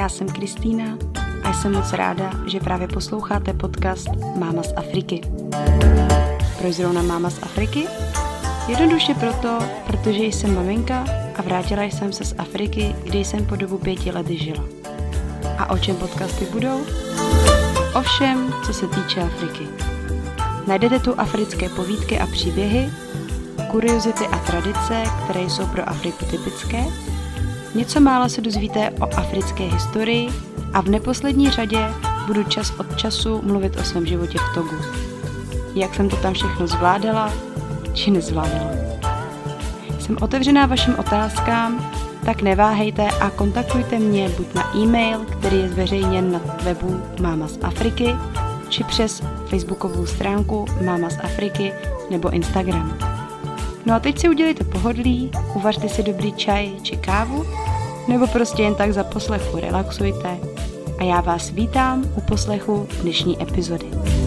Já jsem Kristýna a jsem moc ráda, že právě posloucháte podcast Máma z Afriky. Proč zrovna Máma z Afriky? Jednoduše proto, protože jsem maminka a vrátila jsem se z Afriky, kde jsem po dobu 5 let žila. A o čem podcasty budou? O všem, co se týče Afriky. Najdete tu africké povídky a příběhy, kuriozity a tradice, které jsou pro Afriku typické. Něco málo se dozvíte o africké historii a v neposlední řadě budu čas od času mluvit o svém životě v Togu. Jak jsem to tam všechno zvládala, či nezvládala. Jsem otevřená vašim otázkám, tak neváhejte a kontaktujte mě buď na e-mail, který je zveřejněn na webu Máma z Afriky, či přes facebookovou stránku Máma z Afriky nebo Instagram. No a teď si udělejte pohodlí, uvařte si dobrý čaj či kávu, nebo prostě jen tak za poslechu relaxujte a já vás vítám u poslechu dnešní epizody.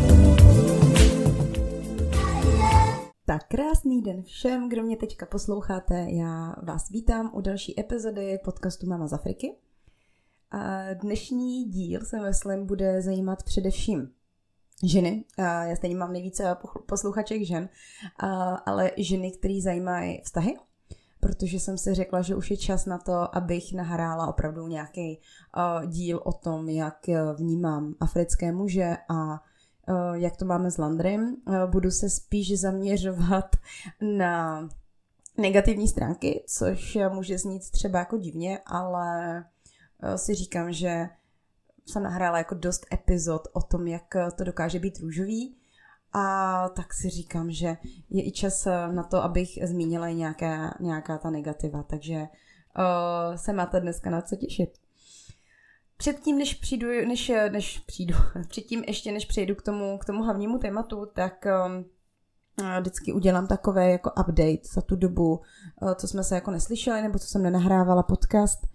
Tak krásný den všem, kdo mě teďka posloucháte, já vás vítám u další epizody podcastu Máma z Afriky. A dnešní díl se myslím bude zajímat především ženy. Já stejně mám nejvíce posluchaček žen, ale ženy, které zajímají vztahy, protože jsem si řekla, že už je čas na to, abych nahrála opravdu nějaký díl o tom, jak vnímám africké muže a jak to máme s Landrym. Budu se spíš zaměřovat na negativní stránky, což může znít třeba jako divně, ale si říkám, že jsem nahrála jako dost epizod o tom, jak to dokáže být růžový, a tak si říkám, že je i čas na to, abych zmínila i nějaká ta negativa, takže se máte dneska na co těšit. Předtím, než přejdu k tomu hlavnímu tématu, tak vždycky udělám takové jako update za tu dobu, co jsme se jako neslyšeli, nebo co jsem nenahrávala podcast.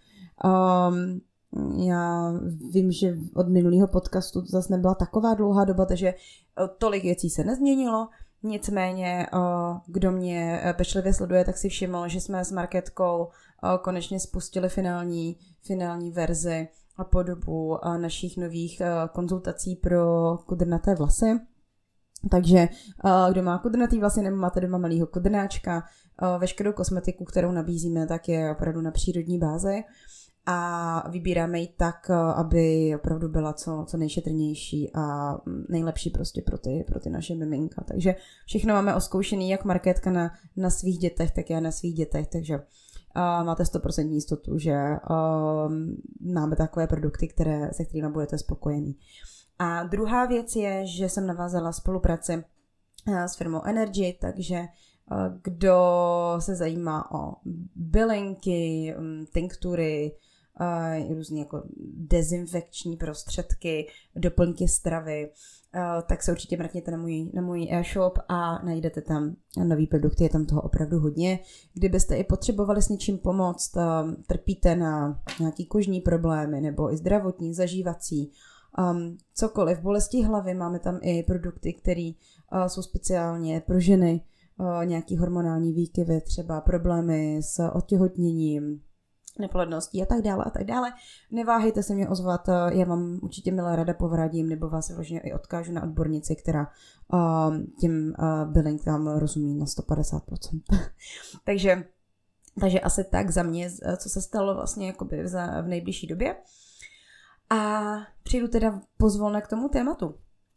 Já vím, že od minulého podcastu to zase nebyla taková dlouhá doba, takže tolik věcí se nezměnilo. Nicméně, kdo mě pečlivě sleduje, tak si všiml, že jsme s Markétkou konečně spustili finální verzi a podobu našich nových konzultací pro kudrnaté vlasy. Takže kdo má kudrnatý vlasy nebo máte doma malýho kudrnáčka, veškerou kosmetiku, kterou nabízíme, tak je opravdu na přírodní bázi. A vybíráme ji tak, aby opravdu byla co nejšetrnější a nejlepší prostě pro ty naše miminka. Takže všechno máme oskoušený, jak Markétka na svých dětech, tak já na svých dětech, takže máte 100% jistotu, že máme takové produkty, se kterými budete spokojení. A druhá věc je, že jsem navázala spolupráci s firmou Energy, takže kdo se zajímá o bylinky, tinktury, různé jako dezinfekční prostředky, doplňky stravy, tak se určitě mrkněte na můj e-shop a najdete tam nový produkty, je tam toho opravdu hodně. Kdybyste i potřebovali s něčím pomoct, trpíte na nějaký kožní problémy nebo i zdravotní, zažívací, cokoliv, bolesti hlavy, máme tam i produkty, které jsou speciálně pro ženy, nějaký hormonální výkyvy, třeba problémy s otěhotněním, neplodností a tak dále. Neváhejte se mě ozvat, já vám určitě milé rada povradím, nebo vás vlastně i odkážu na odbornici, která těm bylinkám rozumí na 150%. takže asi tak za mě, co se stalo vlastně jakoby v nejbližší době. A přijdu teda pozvolna k tomu tématu.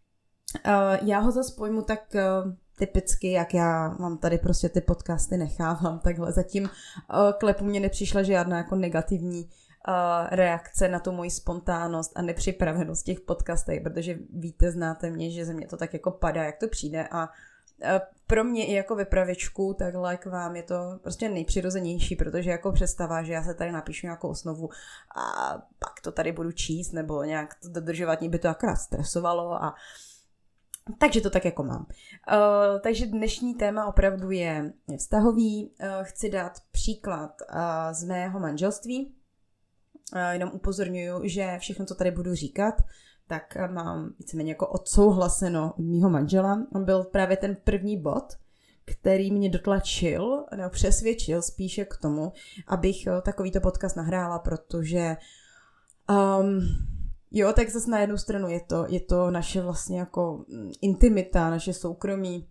Já ho zase pojmu tak typicky, jak já mám tady prostě ty podcasty nechávám takhle. Zatím klepu mě nepřišla žádná jako negativní reakce na tu moji spontánnost a nepřipravenost těch podcastech, protože víte, znáte mě, že ze mě to tak jako padá, jak to přijde, a pro mě i jako vypravěčku takhle k vám je to prostě nejpřirozenější, protože jako představa, že já se tady napíšu nějakou osnovu a pak to tady budu číst nebo nějak to dodržovat, mě by to akorát stresovalo, a takže to tak jako mám. Takže dnešní téma opravdu je vztahový. Chci dát příklad z mého manželství. Jenom upozorňuji, že všechno, co tady budu říkat, tak mám víceméně jako odsouhlaseno od mýho manžela. On byl právě ten první bod, který mě dotlačil, nebo přesvědčil spíše k tomu, abych takovýto podcast nahrála, protože Jo, tak zase na jednu stranu je to naše vlastně jako intimita, naše soukromí,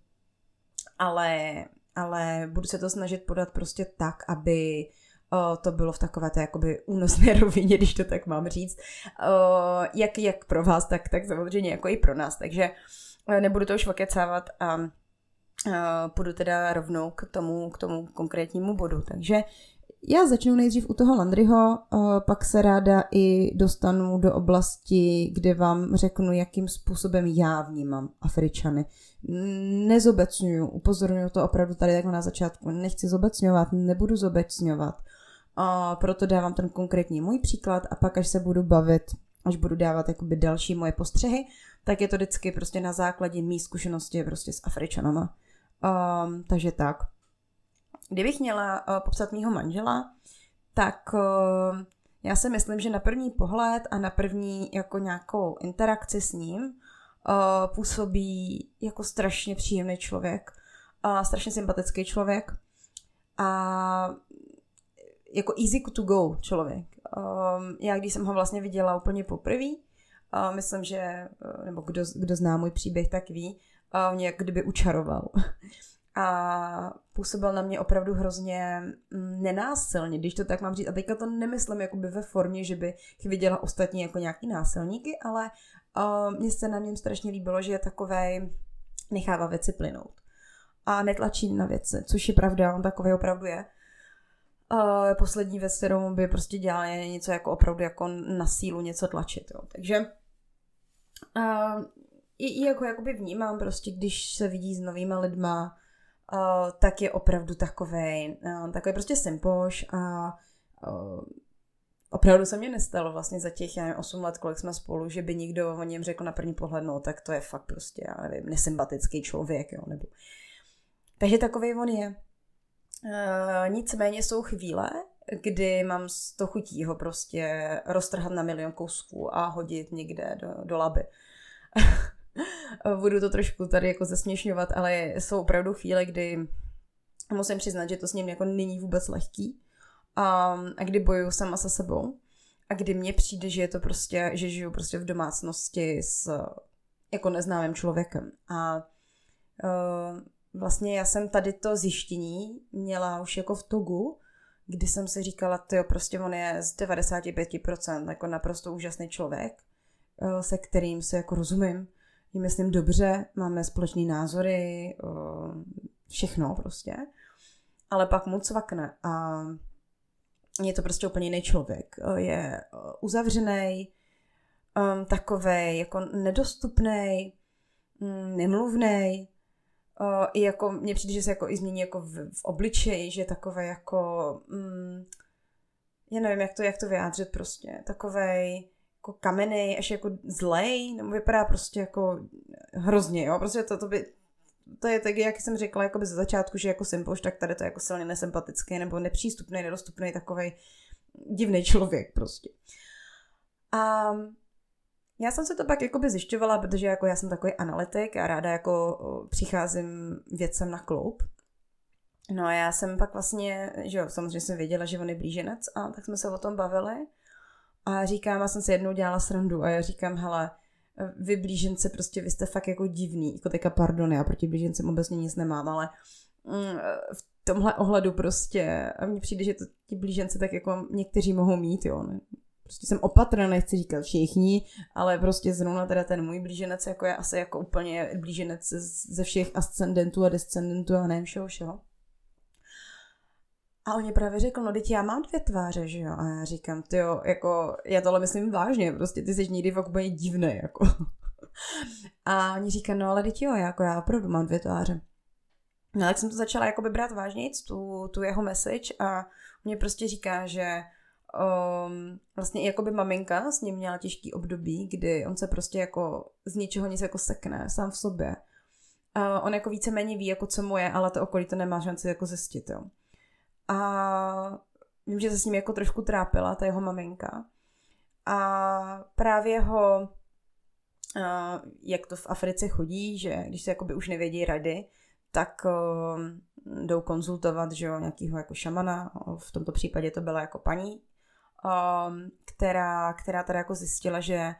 ale budu se to snažit podat prostě tak, aby to bylo v takové té jakoby únosné rovině, když to tak mám říct, jak pro vás, tak samozřejmě jako i pro nás, takže nebudu to už okecávat a půjdu teda rovnou k tomu konkrétnímu bodu, takže já začnu nejdřív u toho Landryho, pak se ráda i dostanu do oblasti, kde vám řeknu, jakým způsobem já vnímám Afričany. Nezobecňuju, upozorňuju to opravdu tady takhle na začátku, nechci zobecňovat, nebudu zobecňovat, proto dávám ten konkrétní můj příklad a pak až se budu bavit, až budu dávat jakoby další moje postřehy, tak je to vždycky prostě na základě mý zkušenosti prostě s Afričanama. Takže tak. Kdybych měla popsat mýho manžela, tak já si myslím, že na první pohled a na první jako nějakou interakci s ním působí jako strašně příjemný člověk, strašně sympatický člověk a jako easy to go člověk. Já když jsem ho vlastně viděla úplně poprvé, myslím, že, nebo kdo zná můj příběh, tak ví, mě jak kdyby učaroval. A působil na mě opravdu hrozně nenásilně, když to tak mám říct. A teďka to nemyslím jakoby ve formě, že bych viděla ostatní jako nějaký násilníky, ale mně se na něm strašně líbilo, že je takovej, nechává věci plynout. A netlačí na věci, což je pravda, on takovej opravdu je. Poslední věc, kterou by prostě dělal, je něco jako opravdu jako na sílu něco tlačit. Jo. Takže i jako jakoby vnímám prostě, když se vidí s novýma lidma, tak je opravdu takovej prostě simpoš a opravdu se mě nestalo vlastně za těch 8 let, kolik jsme spolu, že by někdo o něm řekl na první pohled, no tak to je fakt prostě, já nevím, nesympatický člověk, jo, nebo. Takže takovej on je. Nicméně jsou chvíle, kdy mám to chutí ho prostě roztrhat na milion kousků a hodit někde do laby. Budu to trošku tady jako zesměšňovat, ale jsou opravdu chvíle, kdy musím přiznat, že to s ním jako není vůbec lehký a kdy bojuju sama se sebou a kdy mně přijde, že je to prostě, že žiju prostě v domácnosti s jako neznámým člověkem a vlastně já jsem tady to zjištění měla už jako v Togu, kdy jsem si říkala, tyjo, prostě on je z 95% jako naprosto úžasný člověk, se kterým se jako rozumím, je myslím dobře, máme společné názory, všechno prostě, ale pak mu cvakne a je to prostě úplně jiný člověk. Je uzavřenej, takovej jako nedostupnej, nemluvnej, i jako mně přijde, že se jako i změní jako v obličeji, že je takové jako já nevím, jak to vyjádřit prostě, takovej jako kamenej, až jako zlej, nebo vypadá prostě jako hrozně, jo, prostě to je tak, jak jsem řekla, jako ze začátku, že jako simpoš, tak tady to je jako silně nesympatický, nebo nepřístupný, nedostupný, takovej divný člověk prostě. A já jsem se to pak jakoby zjišťovala, protože jako já jsem takový analytik a ráda jako přicházím věcem na kloub. No a já jsem pak vlastně, že jo, samozřejmě jsem věděla, že on je blíženec a tak jsme se o tom bavili a říkám, já jsem si jednou dělala srandu a já říkám, hele, vy blížence prostě, vy jste fakt jako divný, jako teďka pardon, já proti blížencem obecně nic nemám, ale v tomhle ohledu prostě a mně přijde, že to ti blížence tak jako někteří mohou mít, jo, ne? Prostě jsem opatrná, nechci říkat všichni, ale prostě zrovna teda ten můj blíženec jako je asi jako úplně blíženec ze všech ascendentů a descendentů a nevím všeho. A on mě právě řekl, no teď já mám 2 tváře, že jo? A já říkám, tyjo, jako, já tohle myslím vážně, prostě ty jsi někdy fakt úplně divnej, jako. A oni říkají, no ale teď jo, jako já opravdu mám 2 tváře. No tak jsem to začala jakoby brát vážnějc, tu jeho message a mě prostě říká, že vlastně i jakoby maminka s ním měla těžký období, kdy on se prostě jako z ničeho nic jako sekne sám v sobě. On jako víceméně ví, jako co mu je, ale to okolí to nemá šanci jako zjistit, jo. A vím, že se s ním jako trošku trápila ta jeho maminka. A právě ho, jak to v Africe chodí, že když se jakoby už nevědí rady, tak jdou konzultovat, že jo, nějakýho jako šamana, v tomto případě to byla jako paní, která teda jako zjistila, že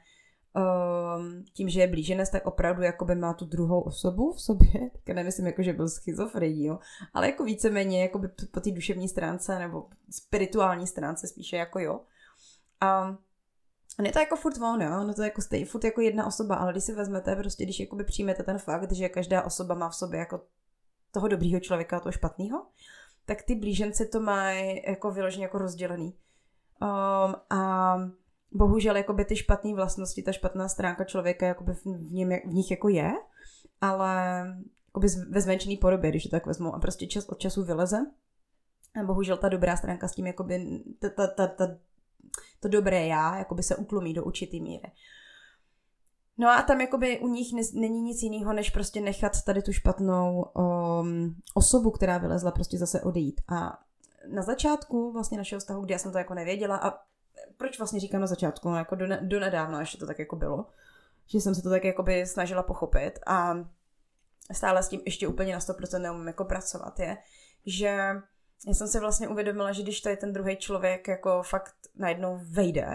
tím, že je blíženec, tak opravdu jakoby má tu druhou osobu v sobě, tak nemyslím jako, že byl schizofrenní, jo, ale jako víceméně jakoby po té duševní stránce nebo spirituální stránce spíše jako jo. A je to jako furt on, jo, no to jako stejně, furt jako jedna osoba, ale když si vezmete, prostě když jakoby přijmete ten fakt, že každá osoba má v sobě jako toho dobrýho člověka a toho špatného, tak ty blíženci to mají jako vyloženě jako rozdělený. A bohužel jakoby ty špatné vlastnosti, ta špatná stránka člověka jakoby v nich jako je, ale jakoby ve zmenšený podobě, když to tak vezmu, a prostě čas od času vyleze. A bohužel ta dobrá stránka s tím jakoby to dobré já jakoby se utlumí do určitý míry. No a tam jakoby u nich není nic jiného, než prostě nechat tady tu špatnou osobu, která vylezla, prostě zase odejít. A na začátku vlastně našeho vztahu, kdy já jsem to jako nevěděla, a proč vlastně říkám na začátku, no jako do nedávna ještě to tak jako bylo, že jsem se to tak jakoby snažila pochopit a stále s tím ještě úplně na 100% neumím jako pracovat, je, že já jsem si vlastně uvědomila, že když tady ten druhý člověk jako fakt najednou vejde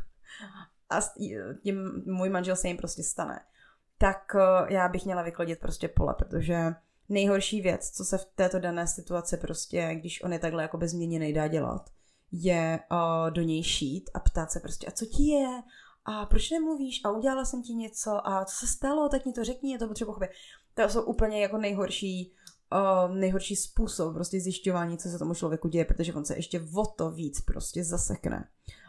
a tím můj manžel se jim prostě stane, tak já bych měla vyklidit prostě pole, protože nejhorší věc, co se v této dané situaci prostě, když on je takhle jako bezměněnej dá dělat, je do něj šít a ptát se prostě, a co ti je? A proč nemluvíš? A udělala jsem ti něco? A co se stalo? Tak mi to řekni, je to potřeba pochopit. To jsou úplně jako nejhorší způsob prostě zjišťování, co se tomu člověku děje, protože on se ještě o to víc prostě zasekne.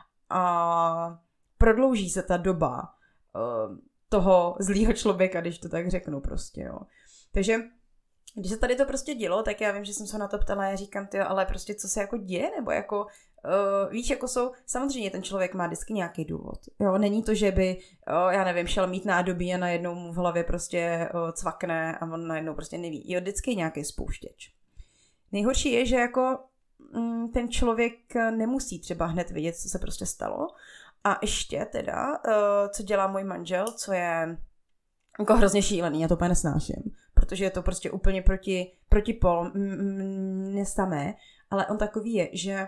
A prodlouží se ta doba toho zlýho člověka, když to tak řeknu prostě, jo. Takže když se tady to prostě dělo, tak já vím, že jsem se na to ptala, já říkám, tyjo, ale prostě co se jako děje, nebo jako, víš, jako jsou, samozřejmě ten člověk má vždycky nějaký důvod, jo, není to, že by, já nevím, šel mít nádobí a najednou mu v hlavě prostě cvakne a on najednou prostě neví, jo, vždycky nějaký spouštěč. Nejhorší je, že jako ten člověk nemusí třeba hned vědět, co se prostě stalo, a ještě teda, co dělá můj manžel, co je jako hrozně šílený, já to úplně nesnáším, protože je to prostě úplně proti pol, nesamé, ale on takový je, že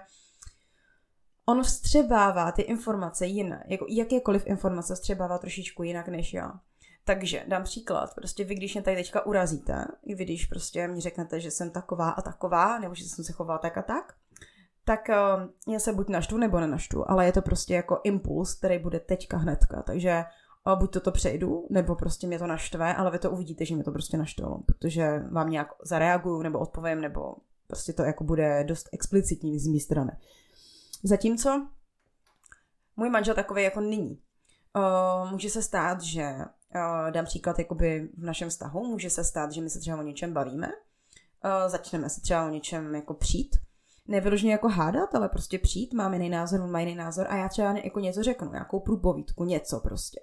on vstřebává ty informace jinak, jako jakékoliv informace vstřebává trošičku jinak než já. Takže dám příklad, prostě vy, když mě tady teďka urazíte, i vy, když prostě mi řeknete, že jsem taková a taková, nebo že jsem se chovala tak a tak já se buď naštvu nebo nenaštvu, ale je to prostě jako impuls, který bude teďka hnedka, takže buď to přejdu, nebo prostě mě to naštve, ale vy to uvidíte, že mě to prostě naštvalo, protože vám nějak zareaguju, nebo odpovím, nebo prostě to jako bude dost explicitní z mé strany. Zatímco můj manžel takový jako není. Může se stát, že dám příklad jakoby v našem vztahu, může se stát, že my se třeba o něčem bavíme, začneme se třeba o něčem jako přijít, nevyloženě jako hádat, ale prostě přijít, mám jiný názor, on má jiný názor a já třeba jako něco řeknu, nějakou průpovídku, něco prostě.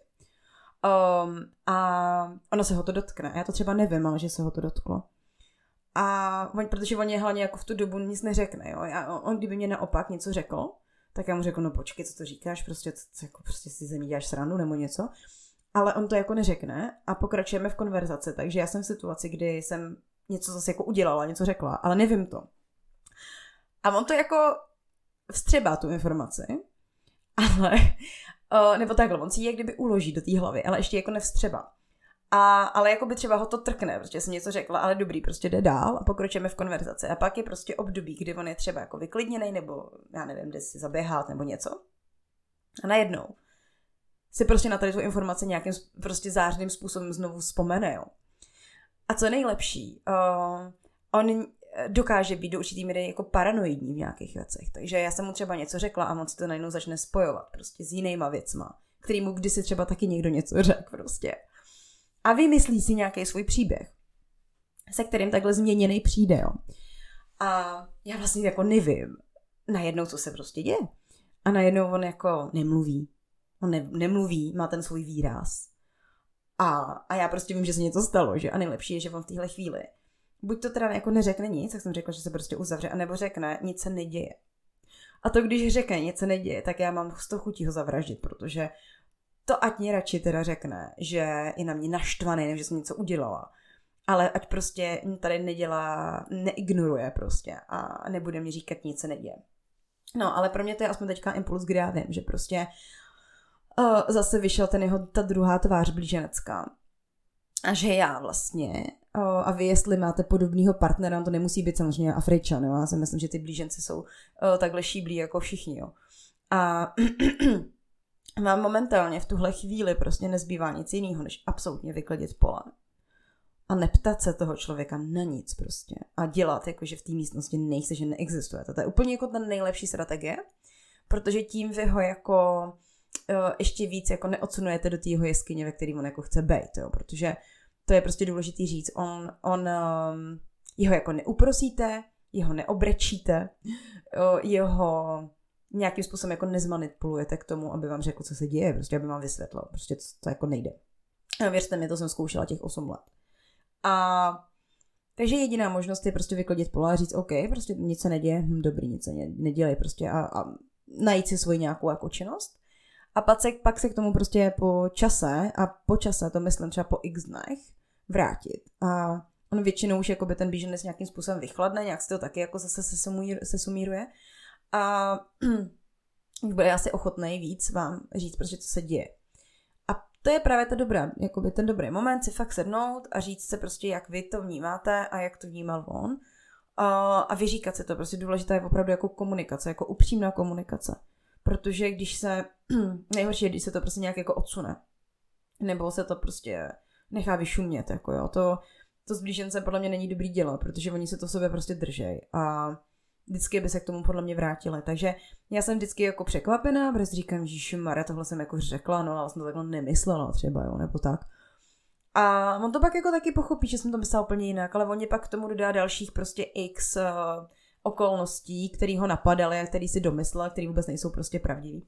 A ono se ho to dotkne. A já to třeba nevím, ale že se ho to dotklo. A protože on je hlavně jako v tu dobu nic neřekne, jo. On kdyby mě naopak něco řekl, tak já mu řeknu, no počkej, co to říkáš, prostě si ze mě děláš srandu nebo něco. Ale on to jako neřekne a pokračujeme v konverzaci, takže já jsem v situaci, kdy jsem něco zase jako udělala, něco řekla, ale nevím to. A on to jako vstřebá tu informaci, ale nebo takhle, on si ji jak kdyby uloží do té hlavy, ale ještě jako nevstřeba. Ale jako by třeba ho to trkne, protože jsem něco řekla, ale dobrý, prostě jde dál a pokročíme v konverzaci. A pak je prostě období, kdy on je třeba jako vyklidněnej, nebo já nevím, jde si zaběhat nebo něco. A najednou si prostě na tady tu informaci nějakým prostě zářným způsobem znovu vzpomene, jo. A co je nejlepší, on dokáže být do určitý míry jako paranoidní v nějakých věcech. Takže já jsem mu třeba něco řekla a on si to najednou začne spojovat prostě s jinýma věcma, kterýmu kdysi třeba taky někdo něco řekl prostě. A vymyslí si nějaký svůj příběh, se kterým takhle změněný přijde, jo. A já vlastně jako nevím najednou, co se prostě děje. A najednou on jako nemluví. On nemluví, má ten svůj výraz. A já prostě vím, že se něco stalo, že? A nejlepší je, že on v téhle chvíli buď to teda jako neřekne nic, jak jsem řekla, že se prostě uzavře, anebo řekne, nic se neděje. A to, když řekne, nic se neděje, tak já mám 100 chutí ho zavraždit, protože to ať mě radši teda řekne, že je na mě naštvaný, nebo že jsem něco udělala. Ale ať prostě tady neignoruje prostě a nebude mi říkat, nic se neděje. No, ale pro mě to je aspoň teďka impuls, kdy já vím, že prostě zase vyšel ta druhá tvář blíženecká. A že já vlastně, a vy jestli máte podobného partnera, to nemusí být samozřejmě Afričan, jo? Já si myslím, že ty blíženci jsou takhle šíblí jako všichni, jo. A vám momentálně v tuhle chvíli prostě nezbývá nic jiného, než absolutně vyklidit pole. A neptat se toho člověka na nic prostě. A dělat, jako že v té místnosti nejste, že neexistuje. To je úplně jako ta nejlepší strategie, protože tím vy ho jako ještě víc jako neodsunujete do té jeho jeskyně, ve který on jako chce být, jo, protože to je prostě důležitý říct. Jeho jako neuprosíte, jeho neobrečíte, jeho nějakým způsobem jako nezmanipulujete k tomu, aby vám řekl, co se děje, prostě aby vám vysvětlil, prostě to jako nejde. Věřte mi, to jsem zkoušela těch 8 let. A takže jediná možnost je prostě vyklidit pole a říct, OK, prostě nic se neděje, dobrý, nic se nedělej prostě a najít si svoji nějakou jako činnost. A pak se k tomu prostě po čase, to myslím třeba po x dnech, vrátit. A on většinou už jakoby ten blíženec nějakým způsobem vychladne, nějak se to taky jako zase se sumíruje. A bude asi ochotnej víc vám říct prostě, co se děje. A to je právě ten dobrý moment si fakt sednout a říct se prostě, jak vy to vnímáte a jak to vnímal on. A vyříkat se to. Prostě důležitá je opravdu jako komunikace, jako upřímná komunikace. Protože nejhorší je, když se to prostě nějak jako odsune. Nebo se to prostě nechá vyšumět, jako jo. To s blížencem podle mě není dobrý dělat, protože oni se to sobě prostě držej. A vždycky by se k tomu podle mě vrátili. Takže já jsem vždycky jako překvapená, protože říkám, ježišmarja, tohle jsem jako řekla, no ale jsem to takhle nemyslela třeba, jo, nebo tak. A on to pak jako taky pochopí, že jsem to myslela úplně jinak, ale on je pak k tomu dodá dalších prostě x okolností, který ho napadaly a který si domyslel, který vůbec nejsou prostě pravdivý.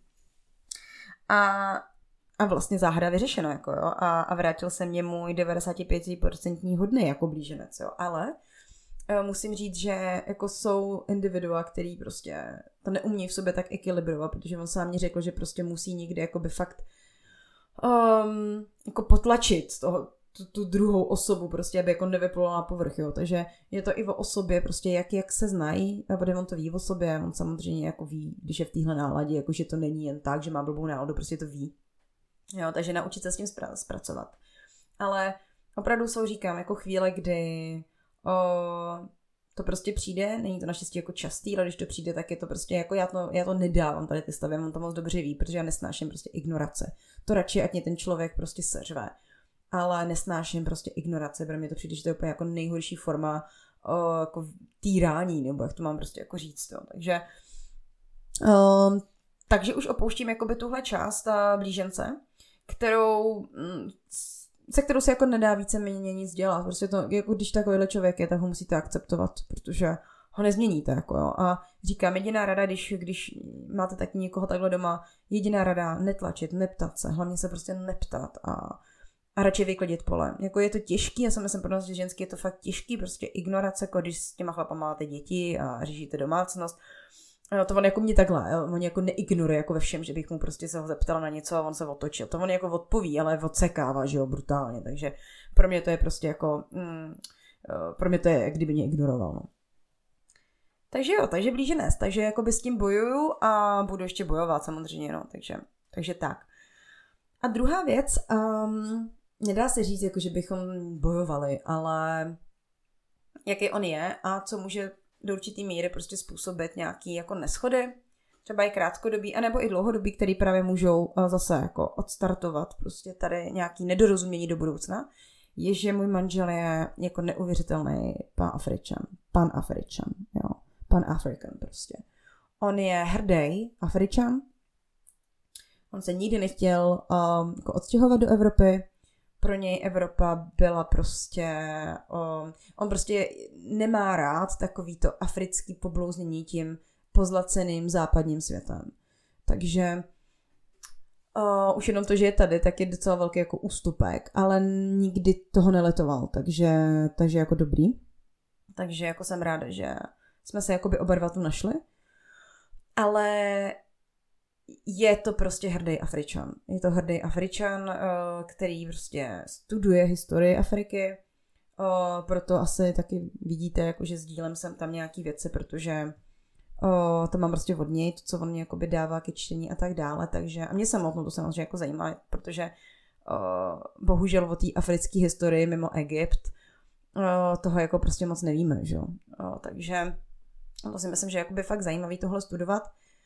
A vlastně záhada vyřešeno, jako jo, a vrátil se mě můj 95% hodný jako blíženec, jo, ale musím říct, že jako jsou individua, který prostě to neumějí v sobě tak ekilibrovat, protože on sám mi řekl, že prostě musí někde jakoby fakt jako potlačit tu druhou osobu, prostě, aby jako nevyplula na povrch, jo. Takže je to i o osobě, prostě jak se znají, a on to ví o sobě, on samozřejmě jako ví, když je v téhle náladě, jako že to není jen tak, že má blbou náladu, prostě to ví. Jo, takže naučit se s tím zpracovat. Ale opravdu jsou, říkám, jako chvíle, kdy to prostě přijde, není to naštěstí jako častý, ale když to přijde, tak je to prostě jako já to nedávám tady ty stavy, on to moc dobře ví, protože já nesnáším prostě ignorace. To radši, ať mě ten člověk prostě seřve, ale nesnáším prostě ignorace, protože mi to přijde, že to je úplně jako nejhorší forma jako týrání, nebo jak to mám prostě jako říct, jo. Takže už opouštím jakoby tuhle část blížence, se kterou se jako nedá víceméně nic dělat. Prostě to, jako když takovýhle člověk je, tak ho musíte akceptovat, protože ho nezměníte, jako jo. A říkám, jediná rada, když máte taky někoho takhle doma, jediná rada, netlačit, neptat se, hlavně se prostě neptat a radši vyklidit pole. Jako je to těžký, já si myslím, pro nás, že ženský je to fakt těžký, prostě ignorace, jako když s těma chlapama máte děti a řešíte domácnost. To on jako mě takhle, on jako neignoruje jako ve všem, že bych mu prostě se ho zeptala na něco a on se otočil. To on jako odpoví, ale odsekává, že jo, brutálně. Takže pro mě to je prostě jako, pro mě to je, jak kdyby mě ignoroval, no. Takže blíženec, takže jakoby s tím bojuju a budu ještě bojovat samozřejmě, no, takže tak. A druhá věc, nedá se říct, jako že bychom bojovali, ale jaký on je a co může do určitý míry prostě způsobit nějaký jako neschody, třeba i krátkodobí, anebo i dlouhodobí, který právě můžou zase jako odstartovat prostě tady nějaký nedorozumění do budoucna, je, že můj manžel je jako neuvěřitelný pan-Afričan, jo, pan-African prostě. On je hrdý Afričan, on se nikdy nechtěl jako odstěhovat do Evropy, pro něj Evropa byla prostě, on prostě nemá rád takovýto africký poblouznění tím pozlaceným západním světem. Takže už jenom to, že je tady, tak je docela velký jako ústupek, ale nikdy toho neletoval, takže jako dobrý. Takže jako jsem ráda, že jsme se jakoby oba dva tu našli. Ale je to prostě hrdý Afričan. Je to hrdý Afričan, který prostě studuje historii Afriky. Proto asi taky vidíte, jako že sdílem jsem tam nějaký věci, protože To mám prostě od něj, to, co on mě jakoby dává ke čtení a tak dále, takže a mě samotnou to samozřejmě jako zajímá, protože bohužel o té africké historii mimo Egypt toho jako prostě moc nevíme, že jo. Takže to si myslím, že je jakoby fakt zajímavý tohle studovat.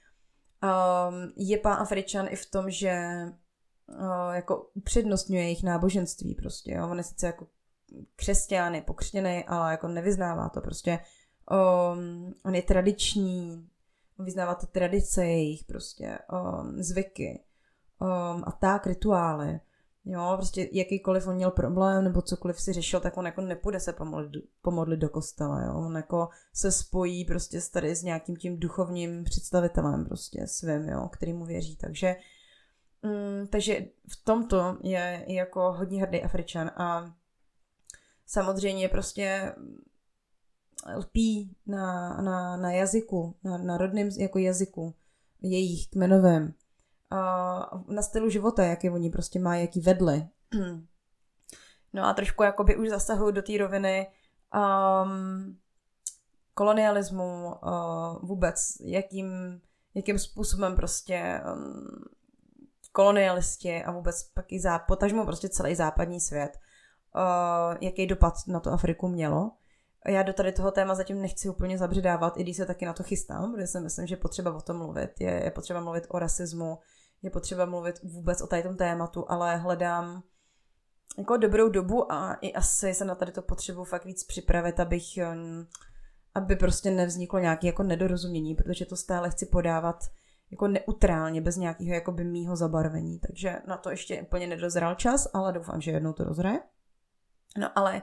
Je pán Afričan i v tom, že jako upřednostňuje jejich náboženství prostě, jo. On je sice jako křesťan, je pokřtěnej, ale jako nevyznává to prostě. On je tradiční, on vyznává ty tradice jejich prostě, zvyky a tak, rituály. Jo, prostě jakýkoliv on měl problém nebo cokoliv si řešil, tak on jako nepůjde se pomodlit do kostela, jo. On jako se spojí prostě tady s nějakým tím duchovním představitelem prostě svým, jo, který mu věří. Takže v tomto je jako hodně hrdý Afričan a samozřejmě prostě lpí na jazyku, na rodném jako jazyku, jejich kmenovém, na stylu života, jaký oni prostě mají, jaký vedli. No a trošku jakoby už zasahují do té roviny kolonialismu, vůbec, jakým způsobem prostě kolonialisti a vůbec pak i potažmo prostě celý západní svět, jaký dopad na tu Afriku mělo. Já do tady toho téma zatím nechci úplně zabředávat, i když se taky na to chystám, protože si myslím, že je potřeba o tom mluvit. Je potřeba mluvit o rasismu, je potřeba mluvit vůbec o tady tom tématu, ale hledám jako dobrou dobu a i asi se na tady to potřebuji fakt víc připravit, aby prostě nevzniklo nějaké jako nedorozumění, protože to stále chci podávat jako neutrálně, bez nějakého jakoby mýho zabarvení. Takže na to ještě úplně nedozrál čas, ale doufám, že jednou to dozraje. No ale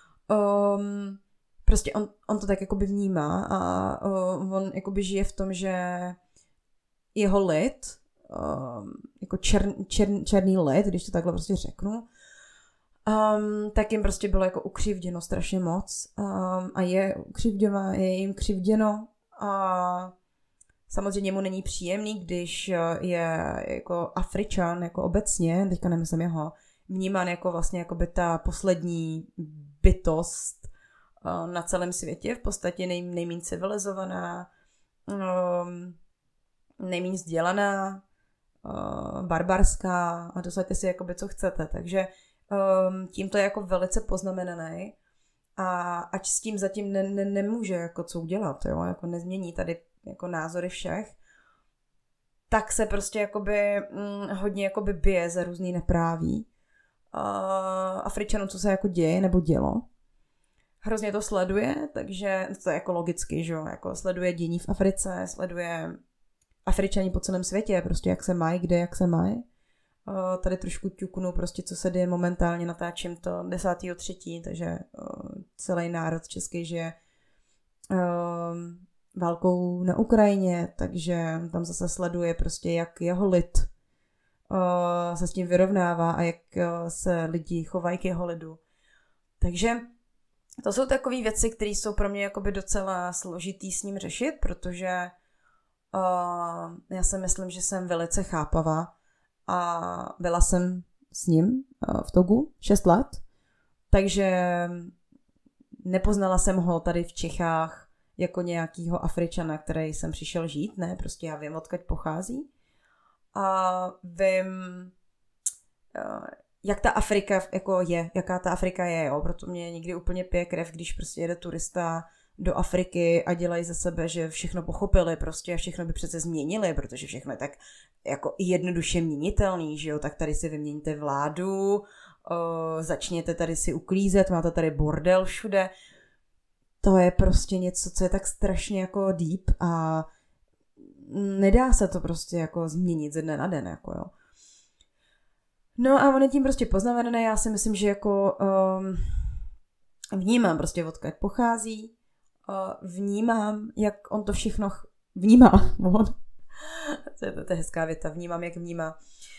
prostě on to tak jakoby vnímá a on jakoby žije v tom, že jeho lid, jako černý lid, když to takhle prostě řeknu, tak jim prostě bylo jako ukřivděno strašně moc a je jim křivděno a samozřejmě mu není příjemný, když je jako Afričan, jako obecně, teďka nemyslím jeho, vnímán jako vlastně jako by ta poslední bytost na celém světě, v podstatě nejméně civilizovaná, nejméně vzdělaná, barbarská a dosaďte si jakoby co chcete, takže tímto je jako velice poznamenaný a ať s tím zatím nemůže jako co udělat, jo, jako nezmění tady jako názory všech, tak se prostě jakoby hodně jakoby bije za různý nepráví Afričanů, co se jako děje nebo dělo. Hrozně to sleduje, takže to je jako logicky, že jo, jako sleduje dění v Africe, sleduje Afričani po celém světě, prostě jak se mají, kde jak se mají. Tady trošku ťuknu prostě, co se děje momentálně, natáčím to 10.3., takže celý národ český žije válkou na Ukrajině, takže tam zase sleduje prostě, jak jeho lid se s tím vyrovnává a jak se lidi chovají k jeho lidu. Takže to jsou takové věci, které jsou pro mě jakoby docela složitý s ním řešit, protože já si myslím, že jsem velice chápavá a byla jsem s ním v Togu 6 let, takže nepoznala jsem ho tady v Čechách jako nějakýho Afričana, který jsem přišel žít, ne, prostě já vím, odkud pochází a vím, jak ta Afrika jako je, jaká ta Afrika je, jo, proto mě někdy úplně pije krev, když prostě jede turista do Afriky a dělají za sebe, že všechno pochopili prostě a všechno by přece změnili, protože všechno je tak jako jednoduše měnitelný, že jo, tak tady si vyměníte vládu, začněte tady si uklízet, máte tady bordel všude. To je prostě něco, co je tak strašně jako deep a nedá se to prostě jako změnit ze dne na den, jako jo. No a on je tím prostě poznamenaný, já si myslím, že jako vnímám prostě, odkud pochází, vnímám, jak on to všechno vnímá. To je hezká věta, vnímám, jak vnímá.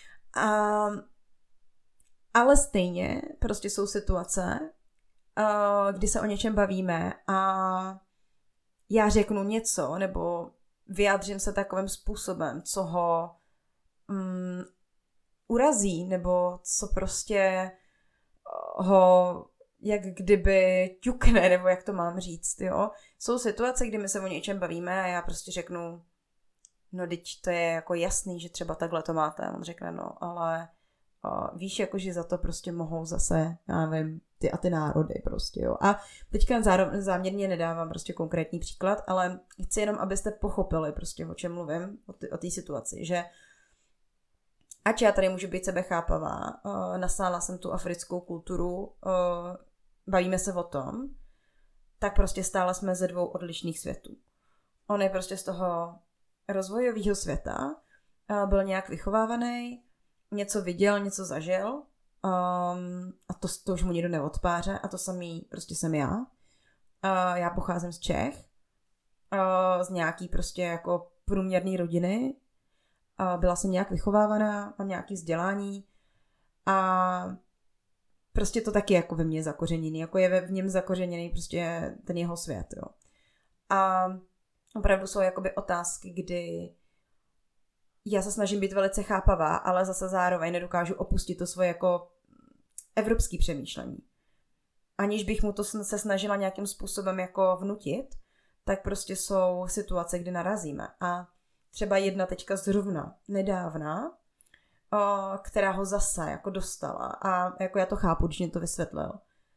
Ale stejně prostě jsou situace, kdy se o něčem bavíme a já řeknu něco, nebo vyjádřím se takovým způsobem, co ho urazí, nebo co prostě ho jak kdyby ťukne, nebo jak to mám říct, jo. Jsou situace, kdy my se o něčem bavíme a já prostě řeknu, no teď to je jako jasný, že třeba takhle to máte. On řekne, no, ale víš, jako, že za to prostě mohou zase, já nevím, ty a ty národy prostě, jo. A teďka záměrně nedávám prostě konkrétní příklad, ale chci jenom, abyste pochopili prostě, o čem mluvím, o té situaci, že ač já tady můžu být sebechápavá, nasála jsem tu africkou kulturu, bavíme se o tom, tak prostě stále jsme ze dvou odlišných světů. On je prostě z toho rozvojového světa, byl nějak vychovávaný, něco viděl, něco zažil, a to už mu nikdo neodpáře, a to samý prostě jsem já. Já pocházím z Čech, z nějaký prostě jako průměrný rodiny, byla jsem nějak vychovávaná, mám nějaké vzdělání a prostě to taky jako ve mně zakořeněný, jako je v něm zakořeněný prostě ten jeho svět, jo. A opravdu jsou jakoby otázky, kdy já se snažím být velice chápavá, ale zase zároveň nedokážu opustit to svoje jako evropské přemýšlení. Aniž bych mu to se snažila nějakým způsobem jako vnutit, tak prostě jsou situace, kdy narazíme. A třeba jedna teďka zrovna nedávna, která ho zase jako dostala. A jako já to chápu, když mě to vysvětlil.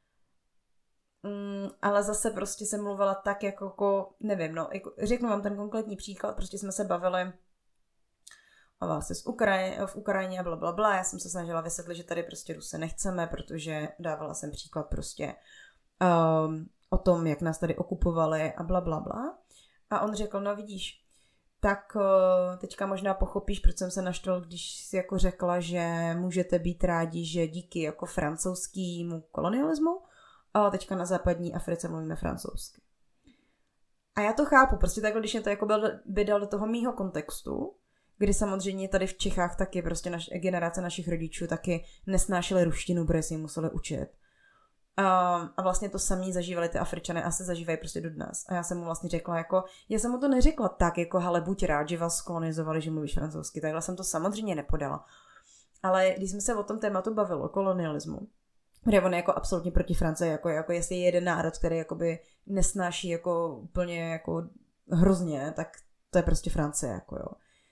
Ale zase prostě jsem mluvila tak jako nevím, no, jako, řeknu vám ten konkrétní příklad, prostě jsme se bavili vlastně v Ukrajině a blablabla. Já jsem se snažila vysvětlit, že tady prostě Rusy nechceme, protože dávala jsem příklad prostě o tom, jak nás tady okupovali a blablabla. A on řekl, no vidíš, tak teďka možná pochopíš, proč jsem se naštval, když jsi jako řekla, že můžete být rádi, že díky jako francouzskému kolonialismu a teďka na západní Africe mluvíme francouzsky. A já to chápu, prostě takhle, když mě to jako by dal do toho mýho kontextu, kdy samozřejmě tady v Čechách taky prostě generace našich rodičů taky nesnášely ruštinu, protože si ji museli učit. A vlastně to samý zažívali ty Afričané a se zažívají prostě dodnes. A já jsem mu vlastně řekla, jako, já jsem mu to neřekla tak, jako hele, buď rád, že vás kolonizovali, že mluvíš francouzsky, takhle jsem to samozřejmě nepodala. Ale když jsme se o tom tématu bavili, o kolonialismu, kde on je jako absolutně proti Francii, jako jestli je jeden národ, který jakoby nesnáší jako úplně jako hrozně, tak to je prostě Francie, jako jo.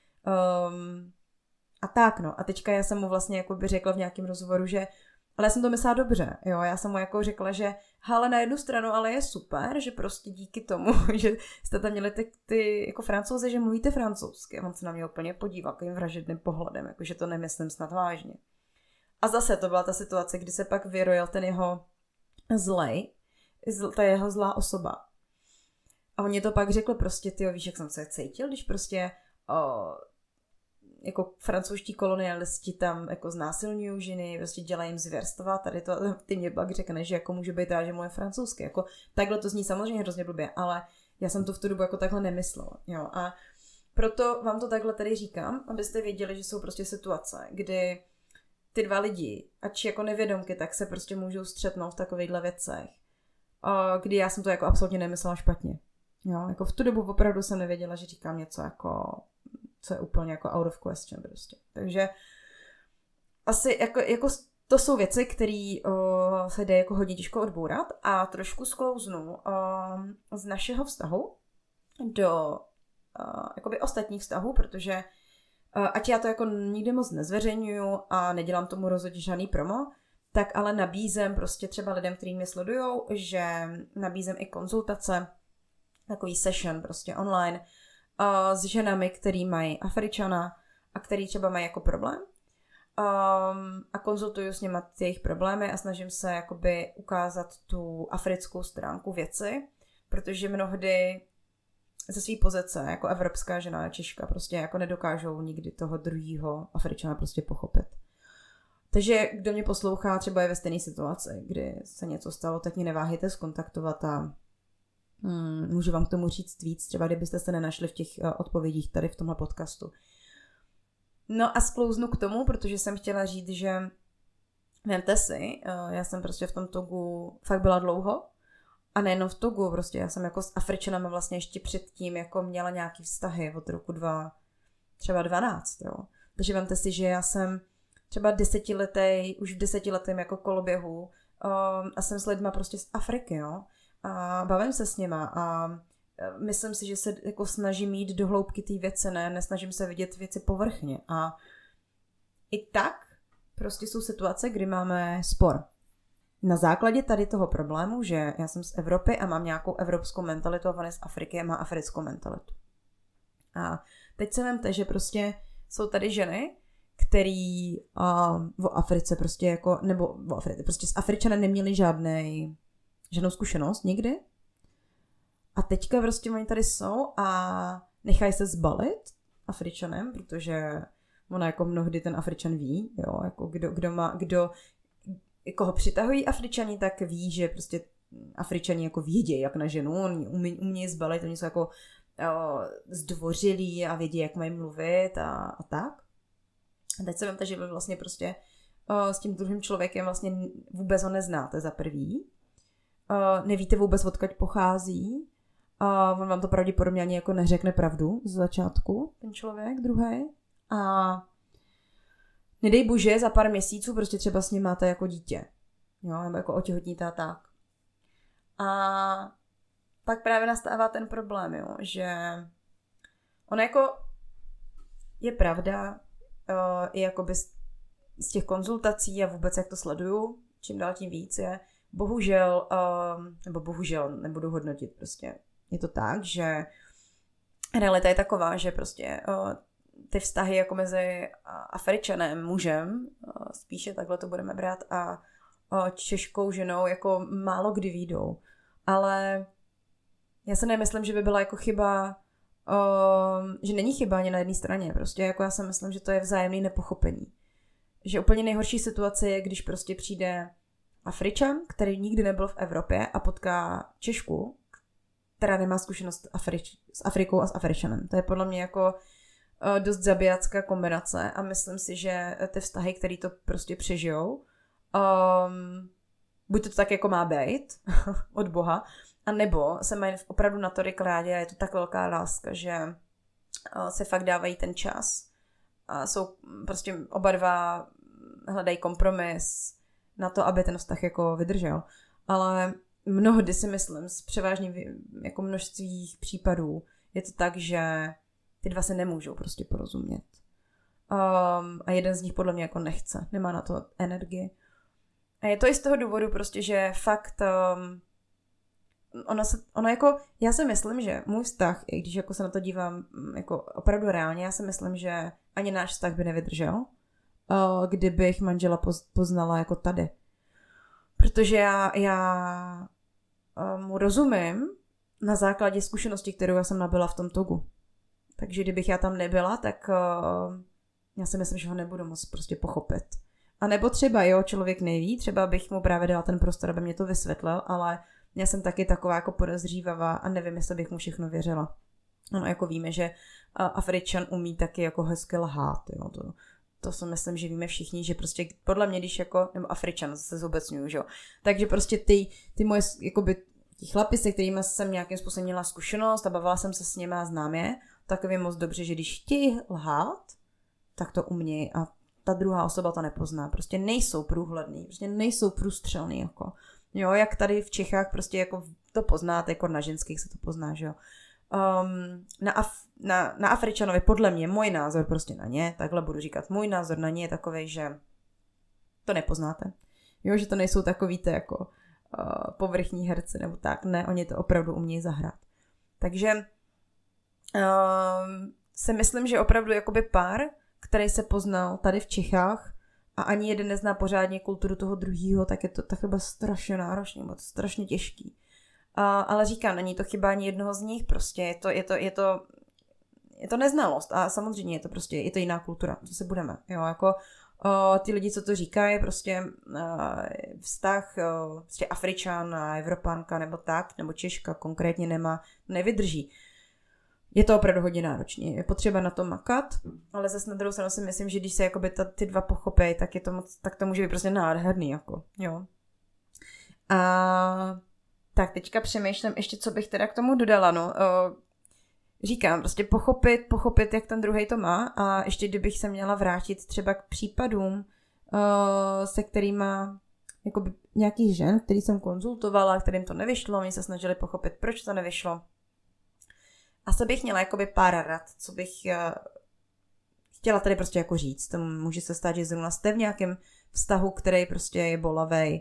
A tak no, a teďka já jsem mu vlastně jako by řekla v nějakém rozhovoru, že ale já jsem to myslela dobře, jo, já jsem mu jako řekla, že hele, na jednu stranu, ale je super, že prostě díky tomu, že jste tam měli ty jako Francouzi, že mluvíte francouzsky. On se na mě úplně podíval takovým vražedným pohledem, jakože to nemyslím snad vážně. A zase to byla ta situace, kdy se pak vyrojil ten jeho ta jeho zlá osoba. A on mě to pak řekl prostě, tyjo, víš, jak jsem se cítil, když prostě jako francouzští kolonialisti tam jako znásilňují ženy, prostě dělají jim zvěrstva, tady to, ty mě pak řekne, že jako může být rád, že mluví francouzsky, jako takhle to zní samozřejmě hrozně blbě, ale já jsem to v tu dobu jako takhle nemyslela, jo, a proto vám to takhle tady říkám, abyste věděli, že jsou prostě situace, kdy ty dva lidi, ač jako nevědomky, tak se prostě můžou střetnout v takovýchhle věcech, kdy já jsem to jako absolutně nemyslela špatně, jo, jako v tu dobu opravdu jsem nevěděla, že říkám něco jako co je úplně jako out of question prostě. Takže asi jako to jsou věci, které se jde jako hodně těžko odbourat a trošku sklouznu z našeho vztahu do jakoby ostatních vztahů, protože ať já to jako nikdy moc nezveřejňuju a nedělám tomu rozhodně žádný promo, tak ale nabízem prostě třeba lidem, kteří mě sledujou, že nabízem i konzultace, takový session prostě online, s ženami, který mají Afričana a který třeba mají jako problém. A konzultuju s nimi jejich problémy a snažím se jakoby ukázat tu africkou stránku věci, protože mnohdy ze své pozice jako evropská žena, Češka, prostě jako nedokážou nikdy toho druhýho Afričana prostě pochopit. Takže kdo mě poslouchá, třeba je ve stejné situaci, kdy se něco stalo, tak mě neváhejte zkontaktovat a můžu vám k tomu říct víc, třeba kdybyste se nenašli v těch odpovědích tady v tomhle podcastu. No a sklouznu k tomu, protože jsem chtěla říct, že vemte si, já jsem prostě v tom Togu fakt byla dlouho a nejenom v Togu, prostě já jsem jako s Afričanama vlastně ještě předtím jako měla nějaký vztahy od roku 2012, jo. Takže vemte si, že já jsem třeba už v 10letém jako koloběhu a jsem s lidma prostě z Afriky, jo. A bavím se s nima a myslím si, že se jako snažím jít do hloubky té věci, nesnažím se vidět věci povrchně. A i tak prostě jsou situace, kdy máme spor. Na základě tady toho problému, že já jsem z Evropy a mám nějakou evropskou mentalitu a on je z Afriky a má africkou mentalitu. A teď se vemte, že prostě jsou tady ženy, který v Africe prostě jako, nebo v Africe, prostě s Afričanem neměli žádnou zkušenost nikdy. A teďka prostě oni tady jsou a nechají se zbalit Afričanem, protože ona jako mnohdy ten Afričan ví, jo, jako koho přitahují Afričani, tak ví, že prostě Afričani jako vědí, jak na ženu, oni umějí zbalit, oni jsou jako zdvořilí a vědí, jak mají mluvit a tak. A teď se vemte, že vy vlastně prostě s tím druhým člověkem vlastně vůbec ho neznáte za prvý. Nevíte vůbec, odkud pochází. On vám to pravděpodobně ani jako neřekne pravdu z začátku, ten člověk druhý. A nedej bože, za pár měsíců prostě třeba s ním máte jako dítě. Jo, nebo jako otěhotníte a tak. A pak právě nastává ten problém, jo, že ono jako je pravda, i jakoby z těch konzultací a vůbec jak to sleduju, čím dál tím víc je, bohužel, nebudu hodnotit prostě. Je to tak, že realita je taková, že prostě ty vztahy jako mezi Afričanem, mužem, spíše takhle to budeme brát, a Češkou ženou jako málo kdy výjdou. Ale já se nemyslím, že by byla jako chyba, že není chyba ani na jedné straně. Prostě jako já si myslím, že to je vzájemné nepochopení. Že úplně nejhorší situace je, když prostě přijde Afričan, který nikdy nebyl v Evropě a potká Češku, která nemá zkušenost s Afrikou a s Afričanem. To je podle mě jako dost zabijácká kombinace a myslím si, že ty vztahy, které to prostě přežijou, buď to tak jako má být od Boha, a nebo se mají opravdu natolik rádi a je to tak velká láska, že se fakt dávají ten čas a jsou prostě oba dva hledají kompromis na to, aby ten vztah jako vydržel. Ale mnohdy si myslím, z převážně jako množství případů je to tak, že ty dva se nemůžou prostě porozumět. A jeden z nich podle mě jako nechce, nemá na to energii. A je to i z toho důvodu prostě, že fakt ono jako, já si myslím, že můj vztah, i když jako se na to dívám jako opravdu reálně, já si myslím, že ani náš vztah by nevydržel, kdybych manžela poznala jako tady. Protože já mu rozumím na základě zkušenosti, kterou já jsem nabyla v tom Togu. Takže kdybych já tam nebyla, tak já si myslím, že ho nebudu moc prostě pochopit. A nebo třeba, jo, člověk neví, třeba bych mu právě dala ten prostor, aby mě to vysvětlil, ale já jsem taky taková jako podezřívavá a nevím, jestli bych mu všechno věřila. Ono jako víme, že Afričan umí taky jako hezky lhát, jo, to si myslím, že víme všichni, že prostě podle mě, když jako, nebo Afričan, se zobecňuju, že jo, takže prostě ty moje, jakoby, ti chlapi, se kterými jsem nějakým způsobem měla zkušenost a bavila jsem se s nimi a znám je, tak vím moc dobře, že když chtějí lhát, tak to umějí a ta druhá osoba to nepozná. Prostě nejsou průhledný, prostě nejsou průstřelný, jako. Jo, jak tady v Čechách prostě jako to poznáte, jako na ženských se to pozná, že jo. Na Afričanovi podle mě, můj názor prostě na ně, takhle budu říkat, můj názor na ně je takovej, že to nepoznáte. Jo, že to nejsou takový to jako povrchní herci nebo tak, ne, oni to opravdu umějí zahrát. Takže si myslím, že opravdu jakoby pár, který se poznal tady v Čechách a ani jeden nezná pořádně kulturu toho druhýho, tak je to tak chyba strašně náročný, to strašně těžký. Ale říkám, není to chyba ani jednoho z nich, prostě je to neznalost a samozřejmě je to prostě, je to jiná kultura, co se budeme, jo, jako ty lidi, co to říkají, prostě vztah prostě Afričan a Evropanka nebo tak, nebo Češka konkrétně nevydrží. Je to opravdu hodně náročné. Je potřeba na to makat, ale zase na druhou stranu si myslím, že když se jakoby ty dva pochopí, tak to může být prostě nádherný, jako, jo. A tak teďka přemýšlím ještě, co bych teda k tomu dodala, no. Říkám, prostě pochopit, jak ten druhej to má a ještě kdybych se měla vrátit třeba k případům, se kterýma jakoby nějakých žen, který jsem konzultovala, kterým to nevyšlo, oni se snažili pochopit, proč to nevyšlo. A bych měla jakoby pár rad, co bych chtěla tady prostě jako říct. To může se stát, že zrovna jste v nějakém vztahu, který prostě je bolavej,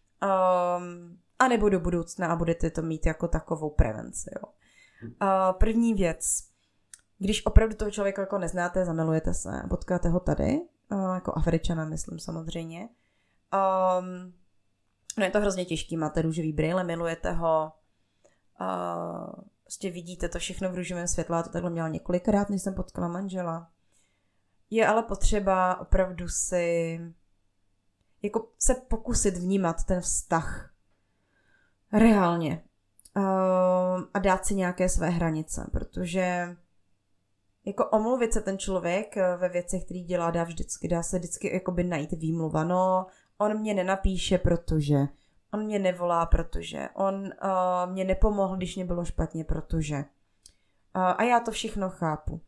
a nebo do budoucna a budete to mít jako takovou prevenci. Jo. První věc, když opravdu toho člověka jako neznáte, zamilujete se, potkáte ho tady, jako Afričana, myslím samozřejmě. No je to hrozně těžký, máte růžový brýle, milujete ho, prostě vidíte to všechno v růžovém světle, já to takhle měla několikrát, než jsem potkala manžela. Je ale potřeba opravdu si jako se pokusit vnímat ten vztah reálně a dát si nějaké své hranice, protože jako omluvit se ten člověk ve věcech, který dělá, dá se vždycky jakoby najít výmluva. No, on mě nenapíše, protože on mě nevolá, protože on mě nepomohl, když mě bylo špatně, protože a já to všechno chápu.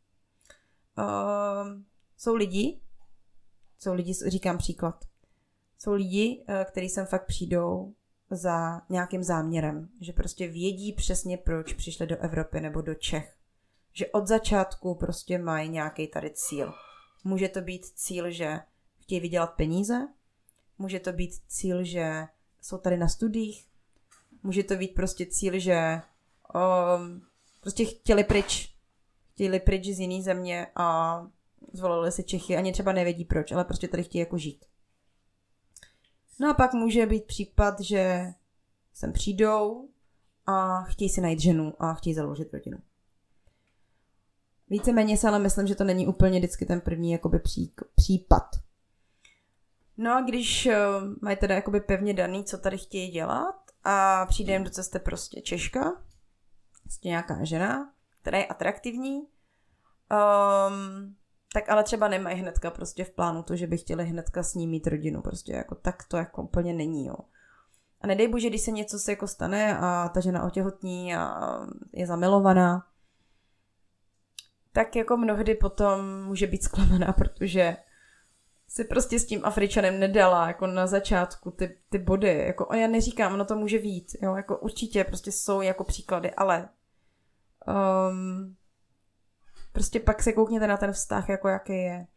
Jsou lidi, říkám příklad, jsou lidi, kteří sem fakt přijdou za nějakým záměrem, že prostě vědí přesně, proč přišli do Evropy nebo do Čech. Že od začátku prostě mají nějaký tady cíl. Může to být cíl, že chtějí vydělat peníze, může to být cíl, že jsou tady na studiích, může to být prostě cíl, že prostě chtěli pryč z jiné země a zvolili si Čechy, ani třeba nevědí proč, ale prostě tady chtějí jako žít. No a pak může být případ, že sem přijdou a chtějí si najít ženu a chtějí založit rodinu. Víceméně se ale myslím, že to není úplně vždycky ten první jakoby případ. No a když mají teda jakoby pevně daný, co tady chtějí dělat a přijde jim do cesty prostě Češka, prostě nějaká žena, která je atraktivní, tak ale třeba nemají hnedka prostě v plánu to, že by chtěli hnedka s ní mít rodinu. Prostě jako tak to jako úplně není, jo. A nedej bože, když se něco se jako stane a ta žena otěhotní a je zamilovaná, tak jako mnohdy potom může být zklamaná, protože si prostě s tím Afričanem nedala jako na začátku ty body. Jako, a já neříkám, ono to může být, jo, jako určitě prostě jsou jako příklady, ale prostě pak se koukněte na ten vztah, jako jaký je.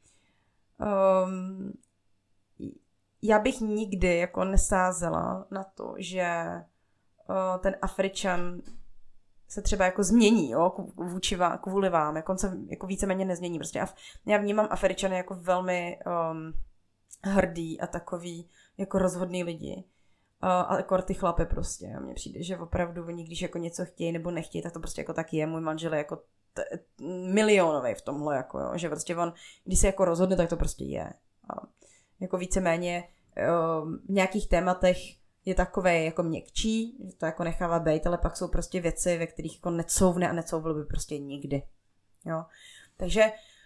Já bych nikdy jako nesázela na to, že ten Afričan se třeba jako změní, jo, kvůli vám, jako on se jako víceméně nezmění. Prostě já vnímám Afričany jako velmi hrdý a takový jako rozhodný lidi. A jako ty chlapy prostě. Mně přijde, že opravdu oni, když jako něco chtějí nebo nechtějí, tak to prostě jako tak je. Můj manžel je jako milionový v tomhle, jako jo, že prostě on, když se jako rozhodne, tak to prostě je. A jako víceméně v nějakých tématech je takovej jako měkčí, že to jako nechává bejt, ale pak jsou prostě věci, ve kterých jako necouvne a necouvl by prostě nikdy. Jo. Takže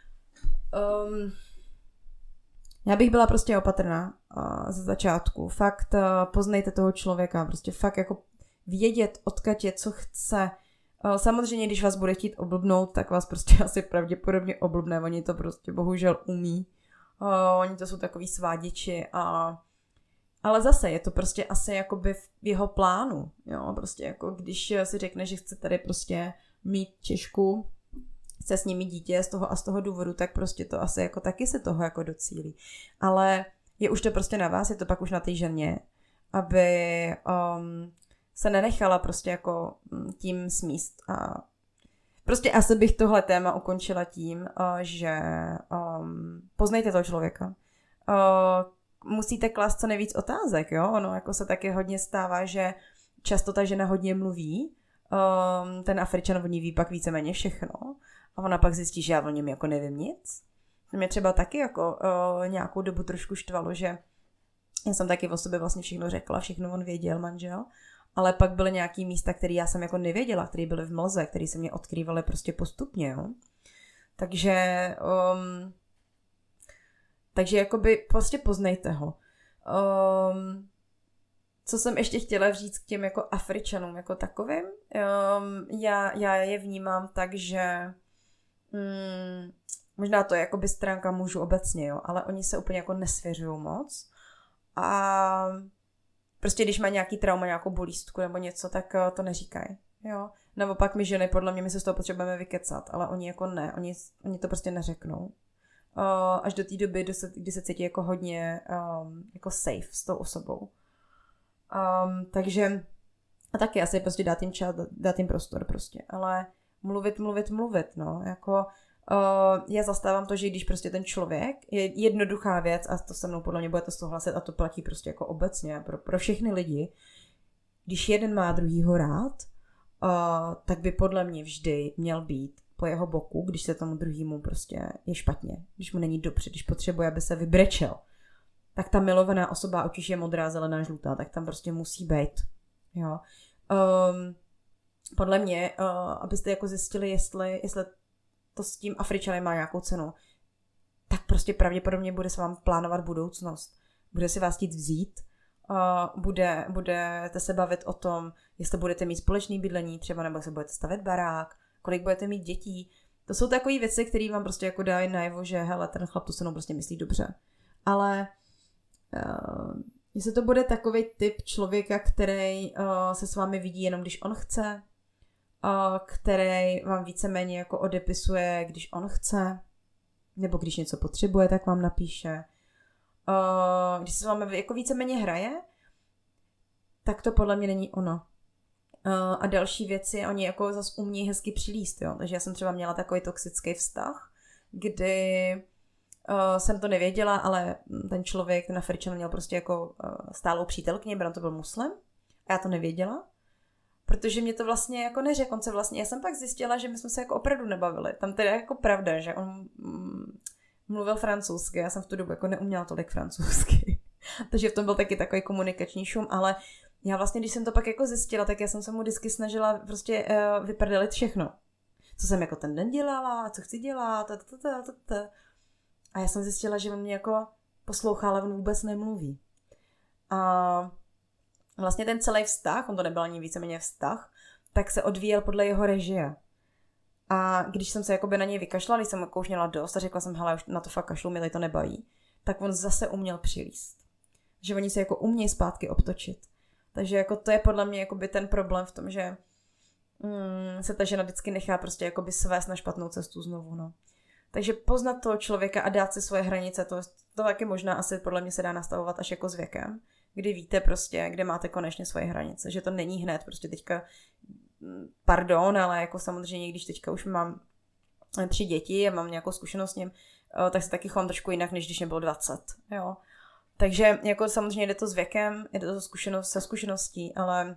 já bych byla prostě opatrná ze začátku. Fakt poznejte toho člověka, prostě fakt jako vědět, odkud je, co chce. Samozřejmě, když vás bude chtít oblbnout, tak vás prostě asi pravděpodobně oblbne. Oni to prostě bohužel umí. Oni to jsou takový sváděči ale zase je to prostě asi jakoby v jeho plánu, jo, prostě jako když si řekne, že chce tady prostě mít Češku, chce s nimi dítě z toho důvodu, tak prostě to asi jako taky se toho jako docílí. Ale je už to prostě na vás, je to pak už na té ženě, aby se nenechala prostě jako tím smíst. A prostě asi bych tohle téma ukončila tím, že poznejte toho člověka. Musíte klást co nejvíc otázek, jo? Ono jako se taky hodně stává, že často ta žena hodně mluví, ten Afričan o ní ví pak víceméně všechno a ona pak zjistí, že já o něm jako nevím nic. Mě třeba taky jako nějakou dobu trošku štvalo, že já jsem taky o sobě vlastně všechno řekla, všechno on věděl, manžel, ale pak byly nějaký místa, které já jsem jako nevěděla, které byly v mlze, které se mě odkrývaly prostě postupně, jo? Takže jakoby prostě poznejte ho. Co jsem ještě chtěla říct k těm jako Afričanům jako takovým? Já je vnímám tak, že možná to je jakoby stránka mužů obecně, jo, ale oni se úplně jako nesvěřují moc. A prostě když má nějaký trauma, nějakou bolístku nebo něco, tak to neříkají. Jo? Nebo pak my ženy, podle mě, my se z toho potřebujeme vykecat, ale oni jako ne, oni to prostě neřeknou. Až do té doby, kdy se cítí jako hodně jako safe s tou osobou. Takže a taky asi prostě dát jim čas, dát jim prostor prostě, ale mluvit, no, jako já zastávám to, že když prostě ten člověk je jednoduchá věc a to se mnou podle mě budete souhlasit a to platí prostě jako obecně pro všechny lidi, když jeden má druhýho rád, tak by podle mě vždy měl být po jeho boku, když se tomu druhému prostě je špatně, když mu není dobře, když potřebuje, aby se vybrečel, tak ta milovaná osoba, ať už je modrá, zelená, žlutá, tak tam prostě musí být. Jo. Podle mě, abyste jako zjistili, jestli to s tím Afričanem má nějakou cenu, tak prostě pravděpodobně bude se vám plánovat budoucnost. Bude si vás chtít vzít, budete se bavit o tom, jestli budete mít společný bydlení třeba, nebo jestli budete stavět barák, kolik budete mít dětí. To jsou takové věci, které vám prostě jako dají najevo, že hele, ten chlap to se mnou prostě myslí dobře. Ale jestli to bude takový typ člověka, který se s vámi vidí jenom když on chce, který vám víceméně jako odepisuje, když on chce, nebo když něco potřebuje, tak vám napíše. Když se s vámi jako víceméně hraje, tak to podle mě není ono. A další věci, oni jako zase umí hezky přilíst, jo. Takže já jsem třeba měla takový toxický vztah, kdy jsem to nevěděla, ale ten člověk, ten Afričan měl prostě jako stálou přítelkyni, protože to byl muslim. A já to nevěděla, protože mě to vlastně jako neřekl. Já jsem pak zjistila, že my jsme se jako opravdu nebavili. Tam teda jako pravda, že on mluvil francouzsky, já jsem v tu dobu jako neuměla tolik francouzsky. Takže v tom byl taky takový komunikační šum, ale já vlastně, když jsem to pak jako zjistila, tak já jsem se mu vždycky snažila prostě vyprdelit všechno. Co jsem jako ten den dělala, co chci dělat, A já jsem zjistila, že on mě jako poslouchá, ale on vůbec nemluví. A vlastně ten celý vztah, on to nebyl ani víceméně vztah, tak se odvíjel podle jeho režie. A když jsem se jakoby na něj vykašlala, když jsem jako už měla dost a řekla jsem, hele, už na to fakt kašlu, mě tady to nebaví, tak on zase uměl přilíst. Že oni se jako umějí zpátky obtočit. Takže jako to je podle mě jakoby ten problém v tom, že se ta žena vždycky nechá prostě jakoby svést na špatnou cestu znovu, no. Takže poznat toho člověka a dát si svoje hranice, to taky možná asi podle mě se dá nastavovat až jako s věkem, kdy víte prostě, kde máte konečně svoje hranice, že to není hned, prostě teďka, pardon, ale jako samozřejmě, když teďka už mám 3 děti a mám nějakou zkušenost s ním, tak se taky chovám trošku jinak, než když mě bylo 20, jo. Takže jako samozřejmě jde to s věkem, jde to se zkušeností, ale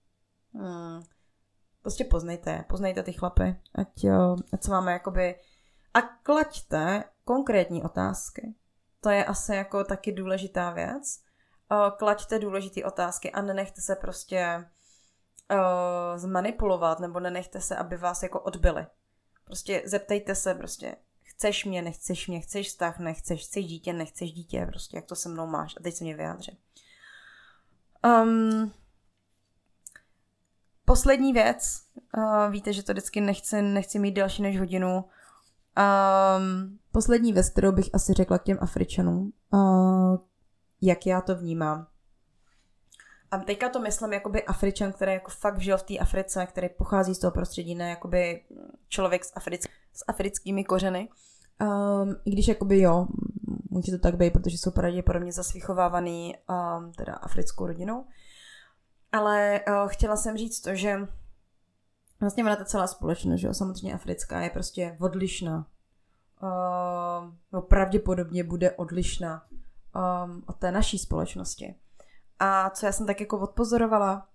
prostě poznejte ty chlapy, ať se máme jakoby a klaďte konkrétní otázky. To je asi jako taky důležitá věc. Klaďte důležité otázky a nenechte se prostě zmanipulovat nebo nenechte se, aby vás jako odbili. Prostě zeptejte se prostě, chceš mě, nechceš mě, chceš vztah, nechceš dítě, nechceš dítě, prostě jak to se mnou máš. A teď se mě vyjádří. Poslední věc, víte, že to vždycky nechci mít delší než hodinu. Poslední věc, kterou bych asi řekla k těm Afričanům, jak já to vnímám. A teďka to myslím jakoby Afričan, který jako fakt žil v té Africe, který pochází z toho prostředí, ne jakoby člověk s africkými kořeny. I když jakoby jo, může to tak být, protože jsou pravděpodobně zase vychovávaný teda africkou rodinou. Ale chtěla jsem říct to, že vlastně ona ta celá společnost, že jo, samozřejmě africká je prostě odlišná. Pravděpodobně bude odlišná od té naší společnosti. A co já jsem tak jako odpozorovala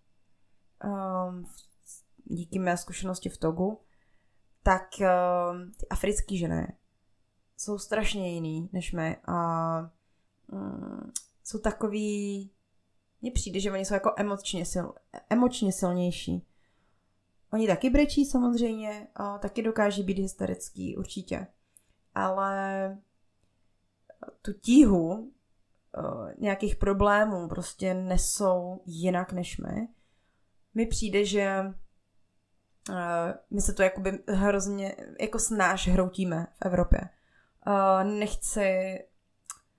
díky mé zkušenosti v Togu, tak ty africké ženy jsou strašně jiný než my a jsou takový, mně přijde, že oni jsou jako emočně silnější. Oni taky brečí samozřejmě, a taky dokáží být hysterický, určitě. Ale tu tíhu nějakých problémů prostě nesou jinak než my. Mi přijde, že my se to jakoby hrozně jako snáš hroutíme v Evropě.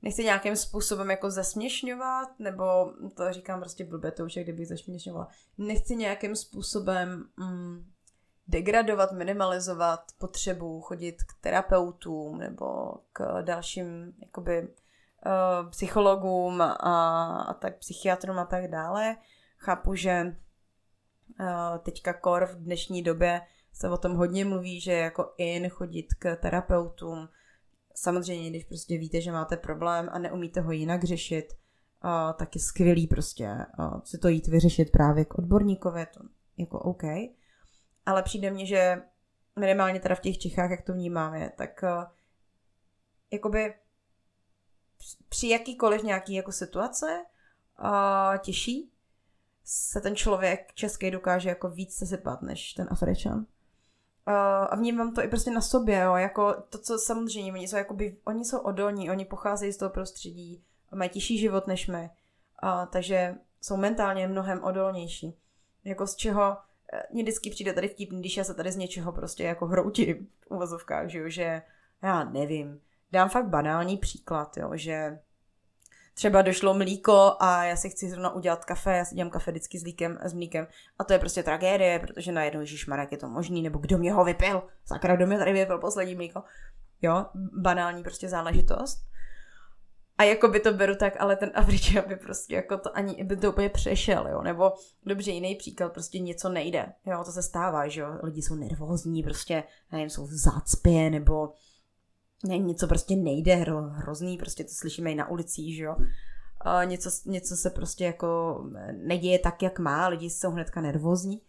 nechci nějakým způsobem jako zesměšňovat, nebo to říkám prostě blbě, to už je kdybych zesměšňovala. Nechci nějakým způsobem degradovat, minimalizovat potřebu chodit k terapeutům nebo k dalším jakoby psychologům a tak psychiatrům a tak dále. Chápu, že teďka v dnešní době se o tom hodně mluví, že jako chodit k terapeutům. Samozřejmě, když prostě víte, že máte problém a neumíte ho jinak řešit, tak je skvělý prostě si to jít vyřešit právě k odborníkovi, to jako OK. Ale přijde mně, že minimálně teda v těch Čechách, jak to vnímáme, tak jakoby při jakýkoliv nějaký jako situace těžší se ten člověk český dokáže jako víc sesypat než ten Afričan. A vnímám to i prostě na sobě, jo, jako to, co samozřejmě, oni jsou odolní, oni pocházejí z toho prostředí, mají těžší život než my, takže jsou mentálně mnohem odolnější. Jako z čeho mě vždycky přijde tady vtipný, když já se tady z něčeho prostě jako hroutím v uvozovkách, že já nevím, dám fakt banální příklad, jo, že třeba došlo mlíko a já si chci zrovna udělat kafe, já si dělám kafe vždycky s mlíkem a to je prostě tragédie, protože najednou ježišmarek je to možný, nebo kdo mě ho vypil, sakra, kdo mě tady vypil poslední mlíko, jo, banální prostě záležitost. A jako by to beru tak, ale ten Afričan by prostě jako to ani by to úplně přešel, jo, nebo dobře jiný příklad, prostě něco nejde, jo, to se stává, že jo, lidi jsou nervózní, prostě, nevím, jsou v zácpě, nebo něco prostě nejde, hrozný, prostě to slyšíme i na ulicích, že jo. Něco se prostě jako neděje tak, jak má, lidi jsou hnedka nervózní.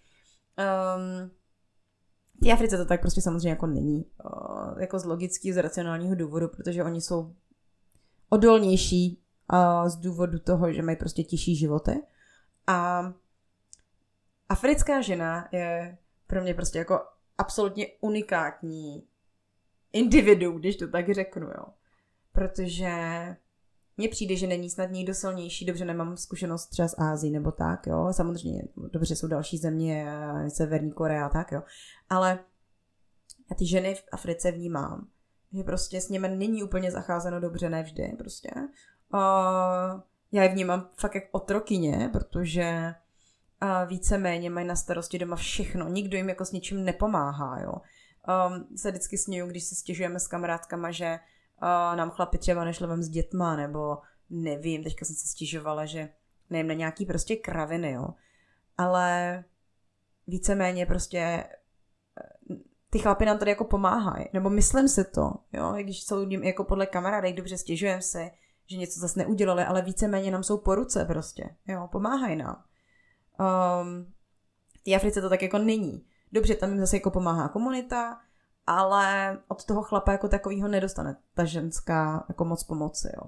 V Africe to tak prostě samozřejmě jako není. Jako z logického, z racionálního důvodu, protože oni jsou odolnější z důvodu toho, že mají prostě těžší životy. A africká žena je pro mě prostě jako absolutně unikátní individuum, když to tak řeknu, jo. Protože mně přijde, že není snad někdo silnější, dobře, nemám zkušenost třeba z Ázii nebo tak, jo. Samozřejmě, dobře, jsou další země, Severní Korea a tak, jo. Ale já ty ženy v Africe vnímám, že prostě s nimi není úplně zacházeno dobře, nevždy, prostě. Já je vnímám fakt jak otrokyně, protože víceméně mají na starosti doma všechno, nikdo jim jako s ničím nepomáhá, jo. Se vždycky směju, když se stěžujeme s kamarádkama, že nám chlapi třeba nešli ven s dětma, nebo nevím, teďka jsem se stěžovala, že nevím, na nějaký prostě kraviny, jo. Ale víceméně prostě ty chlapi nám tady jako pomáhají, nebo myslím si to, jo, i když jsou lidem jako podle kamarádek, dobře stěžujeme si, že něco zase neudělali, ale víceméně nám jsou po ruce prostě, jo, pomáhají nám. V Africe to tak jako není. Dobře, tam jim zase jako pomáhá komunita, ale od toho chlapa jako takovýho nedostane ta ženská jako moc pomoci, jo.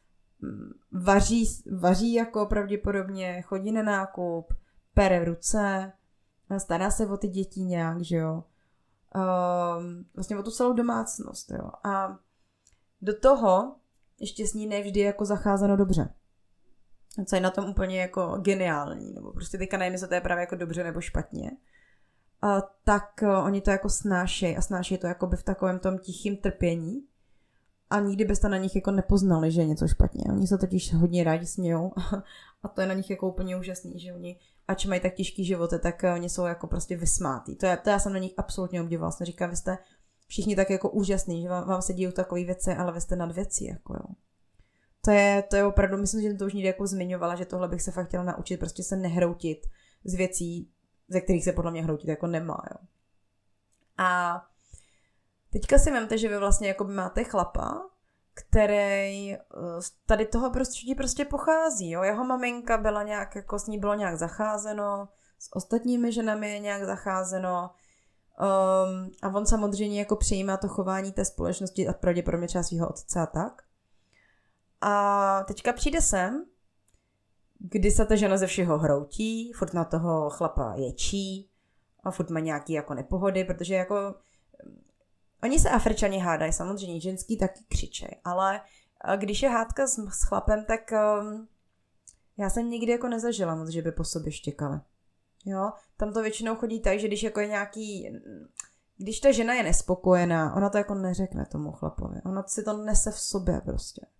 Vaří jako pravděpodobně, chodí na nákup, pere v ruce, stará se o ty děti nějak, že jo. Vlastně o tu celou domácnost, jo. A do toho ještě s ní nevždy jako zacházeno dobře. Co je na tom úplně jako geniální, nebo prostě teďka nevím, jestli to je právě jako dobře nebo špatně. Tak oni to jako snášejí a snášejí to jako by v takovém tom tichým trpění a nikdy byste na nich jako nepoznali, že je něco špatně. Oni se totiž hodně rádi smějou a to je na nich jako úplně úžasný, že oni, ač mají tak těžký životy, tak oni jsou jako prostě vysmátý. To já jsem na nich absolutně obdivovala. Jsem říkala, vy jste všichni tak jako úžasný, že vám se dějí takové věci, ale vy jste nad věcí, jako jo. To je opravdu, myslím, že to už někdy jako zmiňovala, že tohle bych se fakt chtěla naučit, prostě se nehroutit z věcí, ze kterých se podle mě hroutit jako nemá, jo. A teďka si vemte, že vy vlastně jako máte chlapa, který z tady toho prostředí prostě pochází, jo. Jeho maminka byla nějak, jako s ní bylo nějak zacházeno, s ostatními ženami je nějak zacházeno a on samozřejmě jako přijímá to chování té společnosti a pravděpodobně třeba svýho otce a tak. A teďka přijde sem, kdy se ta žena ze všeho hroutí, furt na toho chlapa ječí a furt má nějaký jako nepohody, protože jako oni se Afričani hádají, samozřejmě ženský taky křičej, ale když je hádka s chlapem, tak já jsem nikdy jako nezažila moc, že by po sobě štěkali. Jo, tam to většinou chodí tak, že když jako je nějaký, když ta žena je nespokojená, ona to jako neřekne tomu chlapovi, ona si to nese v sobě prostě.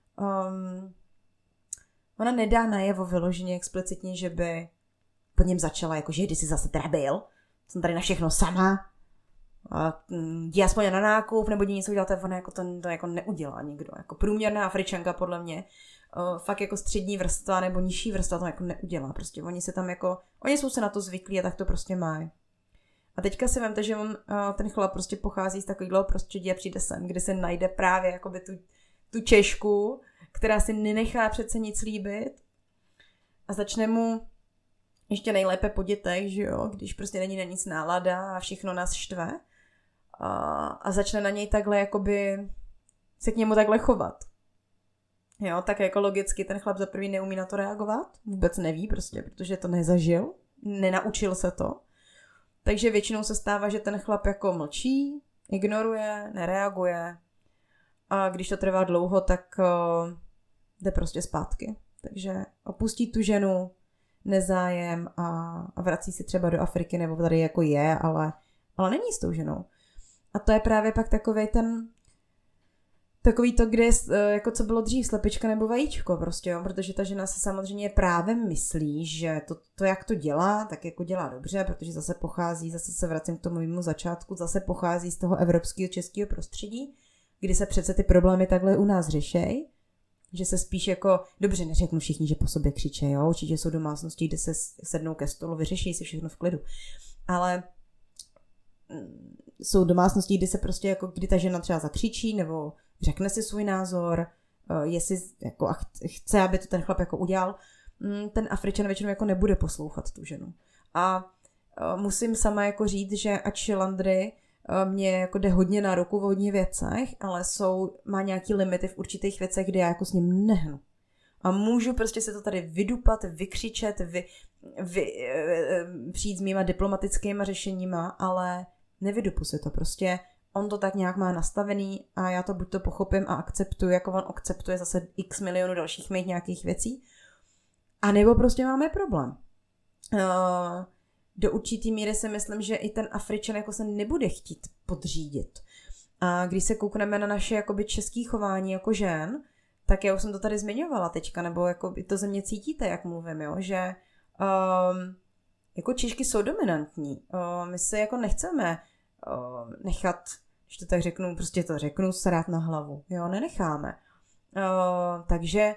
ona nedá najevo vyloženě explicitně, že by po něm začala, jakože když jsi zase teda byl, jsem tady na všechno sama, jdi aspoň na nákup, nebo jdi něco udělat, ona jako to jako neudělá nikdo. Jako průměrná Afričanka podle mě, fakt jako střední vrstva nebo nižší vrstva to jako neudělá. Prostě oni se tam jako, oni jsou se na to zvyklí a tak to prostě mají. A teďka si vemte, že ten chlap prostě pochází z takového prostředí a přijde sem, kde se najde právě jakoby tu Češku, která si nenechá přece nic líbit a začne mu ještě nejlépe po dětech, že jo, když prostě není na nic nálada a všechno nás štve a začne na něj takhle jakoby se k němu takhle chovat. Jo, tak jako logicky ten chlap za prvý neumí na to reagovat, vůbec neví prostě, protože to nezažil, nenaučil se to. Takže většinou se stává, že ten chlap jako mlčí, ignoruje, nereaguje a když to trvá dlouho, tak jde prostě zpátky. Takže opustí tu ženu, nezájem a vrací se třeba do Afriky, nebo tady jako je, ale není s tou ženou. A to je právě pak takový to, kde je, jako co bylo dřív, slepička nebo vajíčko prostě, jo? Protože ta žena se samozřejmě právě myslí, že to, jak to dělá, tak jako dělá dobře, protože zase se vracím k tomu mému začátku, zase pochází z toho evropského českého prostředí, kdy se přece ty problémy takhle u nás řešejí, že se spíš jako, dobře neřeknu všichni, že po sobě křičejí, jo? Určitě jsou domácnosti, kde se sednou ke stolu, vyřeší si všechno v klidu, ale jsou domácnosti, kdy se prostě jako, kdy ta žena třeba zakřičí, nebo řekne si svůj názor, jestli jako chce, aby to ten chlap jako udělal, ten Afričan většinou jako nebude poslouchat tu ženu. A musím sama jako říct, že ač Landry mě jako jde hodně na ruku v hodně věcech, ale má nějaký limity v určitých věcech, kde já jako s ním nehnu. A můžu prostě se to tady vydupat, vykřičet, přijít s mýma diplomatickýma řešeníma, ale nevydupu si to prostě. On to tak nějak má nastavený a já to buď to pochopím a akceptuji, jako on akceptuje zase x milionů dalších mých nějakých věcí, a nebo prostě máme problém. Do určitý míry si myslím, že i ten Afričan jako se nebude chtít podřídit. A když se koukneme na naše jakoby české chování jako žen, tak já už jsem to tady zmiňovala teďka, nebo jako to ze mě cítíte, jak mluvím, jo, že jako Češky jsou dominantní. My se jako nechceme nechat, když to tak řeknu, prostě to řeknu, srát na hlavu. Jo, nenecháme. Takže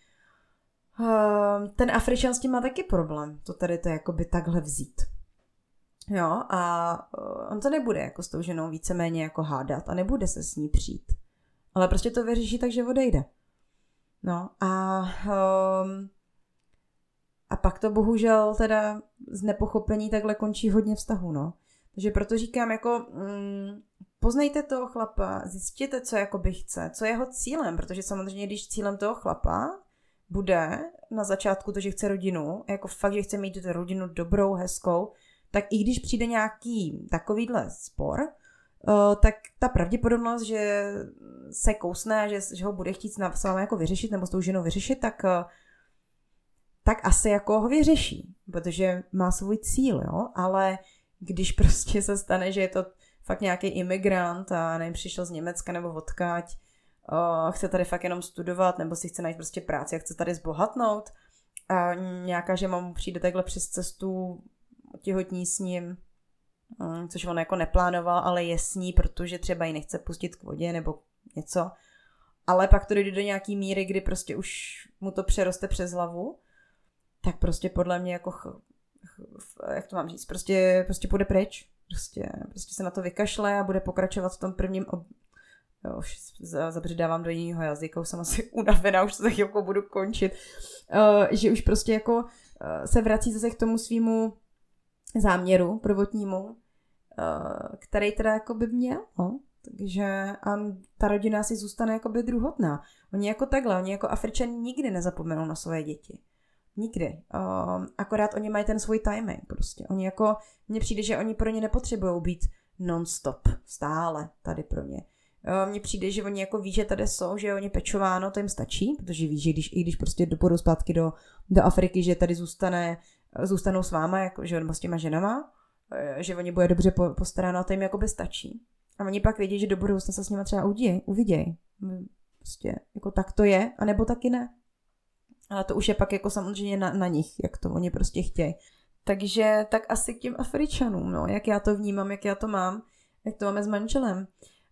ten Afričan s tím má taky problém, to tady to jakoby takhle vzít. Jo, a on to nebude jako s tou ženou víceméně jako hádat a nebude se s ní přijít. Ale prostě to vyřeší tak, že odejde. No a pak to bohužel teda z nepochopení takhle končí hodně vztahu, no. Takže proto říkám, jako poznejte toho chlapa, zjistěte, co jakoby chce, co je jeho cílem, protože samozřejmě, když cílem toho chlapa bude na začátku to, že chce rodinu, jako fakt, že chce mít rodinu dobrou, hezkou, tak i když přijde nějaký takovýhle spor, tak ta pravděpodobnost, že se kousne a že ho bude chtít s vámi jako vyřešit nebo s tou ženou vyřešit, tak asi jako ho vyřeší, protože má svůj cíl, jo, ale když prostě se stane, že je to fakt nějaký imigrant a nevím, přišel z Německa nebo odkáď, chce tady fakt jenom studovat nebo si chce najít prostě práci a chce tady zbohatnout a nějaká žena mu přijde takhle přes cestu, těhotní s ním, což on jako neplánoval, ale je s ní, protože třeba ji nechce pustit k vodě nebo něco, ale pak to dojde do nějaký míry, kdy prostě už mu to přeroste přes hlavu, tak prostě podle mě jako jak to mám říct, prostě půjde pryč, prostě se na to vykašle a bude pokračovat v tom prvním jo, už zabředávám do jiného jazyka, už jsem asi unavená, už se za chvilku budu končit, že už prostě jako se vrací zase k tomu svýmu záměru prvotnímu, který teda jako by měl, no. Takže a ta rodina si zůstane jako by druhotná. Oni jako takhle, oni jako Afričani nikdy nezapomenou na své děti. Nikdy. Akorát oni mají ten svůj timing prostě. Oni jako, mně přijde, že oni pro ně nepotřebují být non-stop, stále tady pro ně. Mně přijde, že oni jako ví, že tady jsou, že je oni pečováno, to jim stačí, protože ví, že když prostě půjdou zpátky do Afriky, že tady zůstanou s váma, jako, že s těma ženama, že oni bude dobře postaráno a to jim jakoby stačí. A oni pak vědí, že do budoucna se s nimi třeba uvidějí. Prostě jako tak to je, anebo taky ne. Ale to už je pak jako samozřejmě na nich, jak to oni prostě chtějí. Takže tak asi k těm Afričanům, no, jak já to vnímám, jak já to mám, jak to máme s manželem.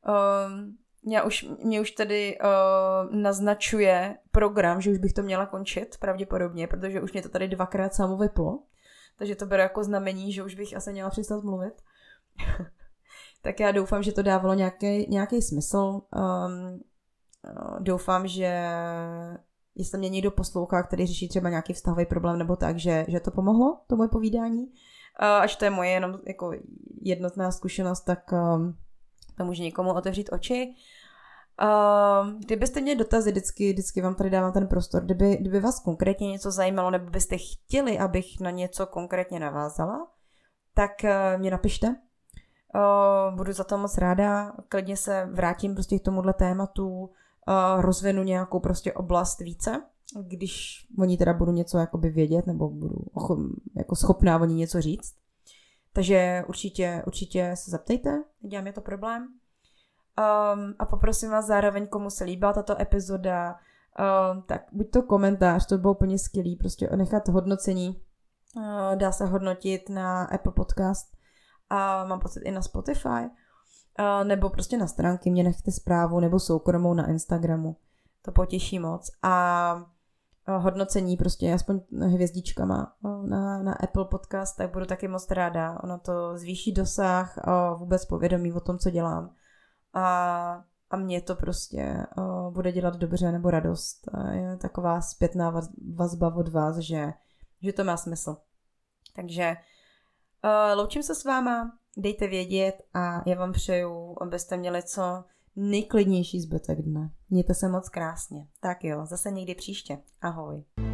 Mě už tady naznačuje program, že už bych to měla končit pravděpodobně, protože už mě to tady 2krát samo vyplo, takže to beru jako znamení, že už bych asi měla přestat mluvit. Tak já doufám, že to dávalo nějaký smysl. Doufám, že jestli mě někdo poslouchá, který řeší třeba nějaký vztahový problém nebo tak, že to pomohlo, to moje povídání. Až to je moje jenom jako jednotná zkušenost, tak to může někomu otevřít oči. Kdybyste měli dotazy, vždycky vám tady dávám ten prostor, kdyby vás konkrétně něco zajímalo, nebo byste chtěli, abych na něco konkrétně navázala, tak mě napište. Budu za to moc ráda, klidně se vrátím prostě k tomuhle tématu, rozvinu nějakou prostě oblast více, když oni teda budu něco jakoby vědět, nebo budu jako schopná oni něco říct. Takže určitě se zeptejte, nedělá mě to problém. A poprosím vás zároveň, komu se líbila tato epizoda, tak buď to komentář, to bylo úplně skvělý, prostě nechat hodnocení, dá se hodnotit na Apple Podcast a mám pocit i na Spotify, nebo prostě na stránky mě nechte zprávu, nebo soukromou na Instagramu, to potěší moc. A hodnocení prostě aspoň hvězdičkama na Apple Podcast, tak budu taky moc ráda. Ono to zvýší dosah a vůbec povědomí o tom, co dělám. A mě to prostě bude dělat dobře nebo radost. Je taková zpětná vazba od vás, že to má smysl. Takže loučím se s váma, dejte vědět a já vám přeju, abyste měli co nejklidnější zbytek dne. Mějte se moc krásně. Tak jo, zase někdy příště. Ahoj.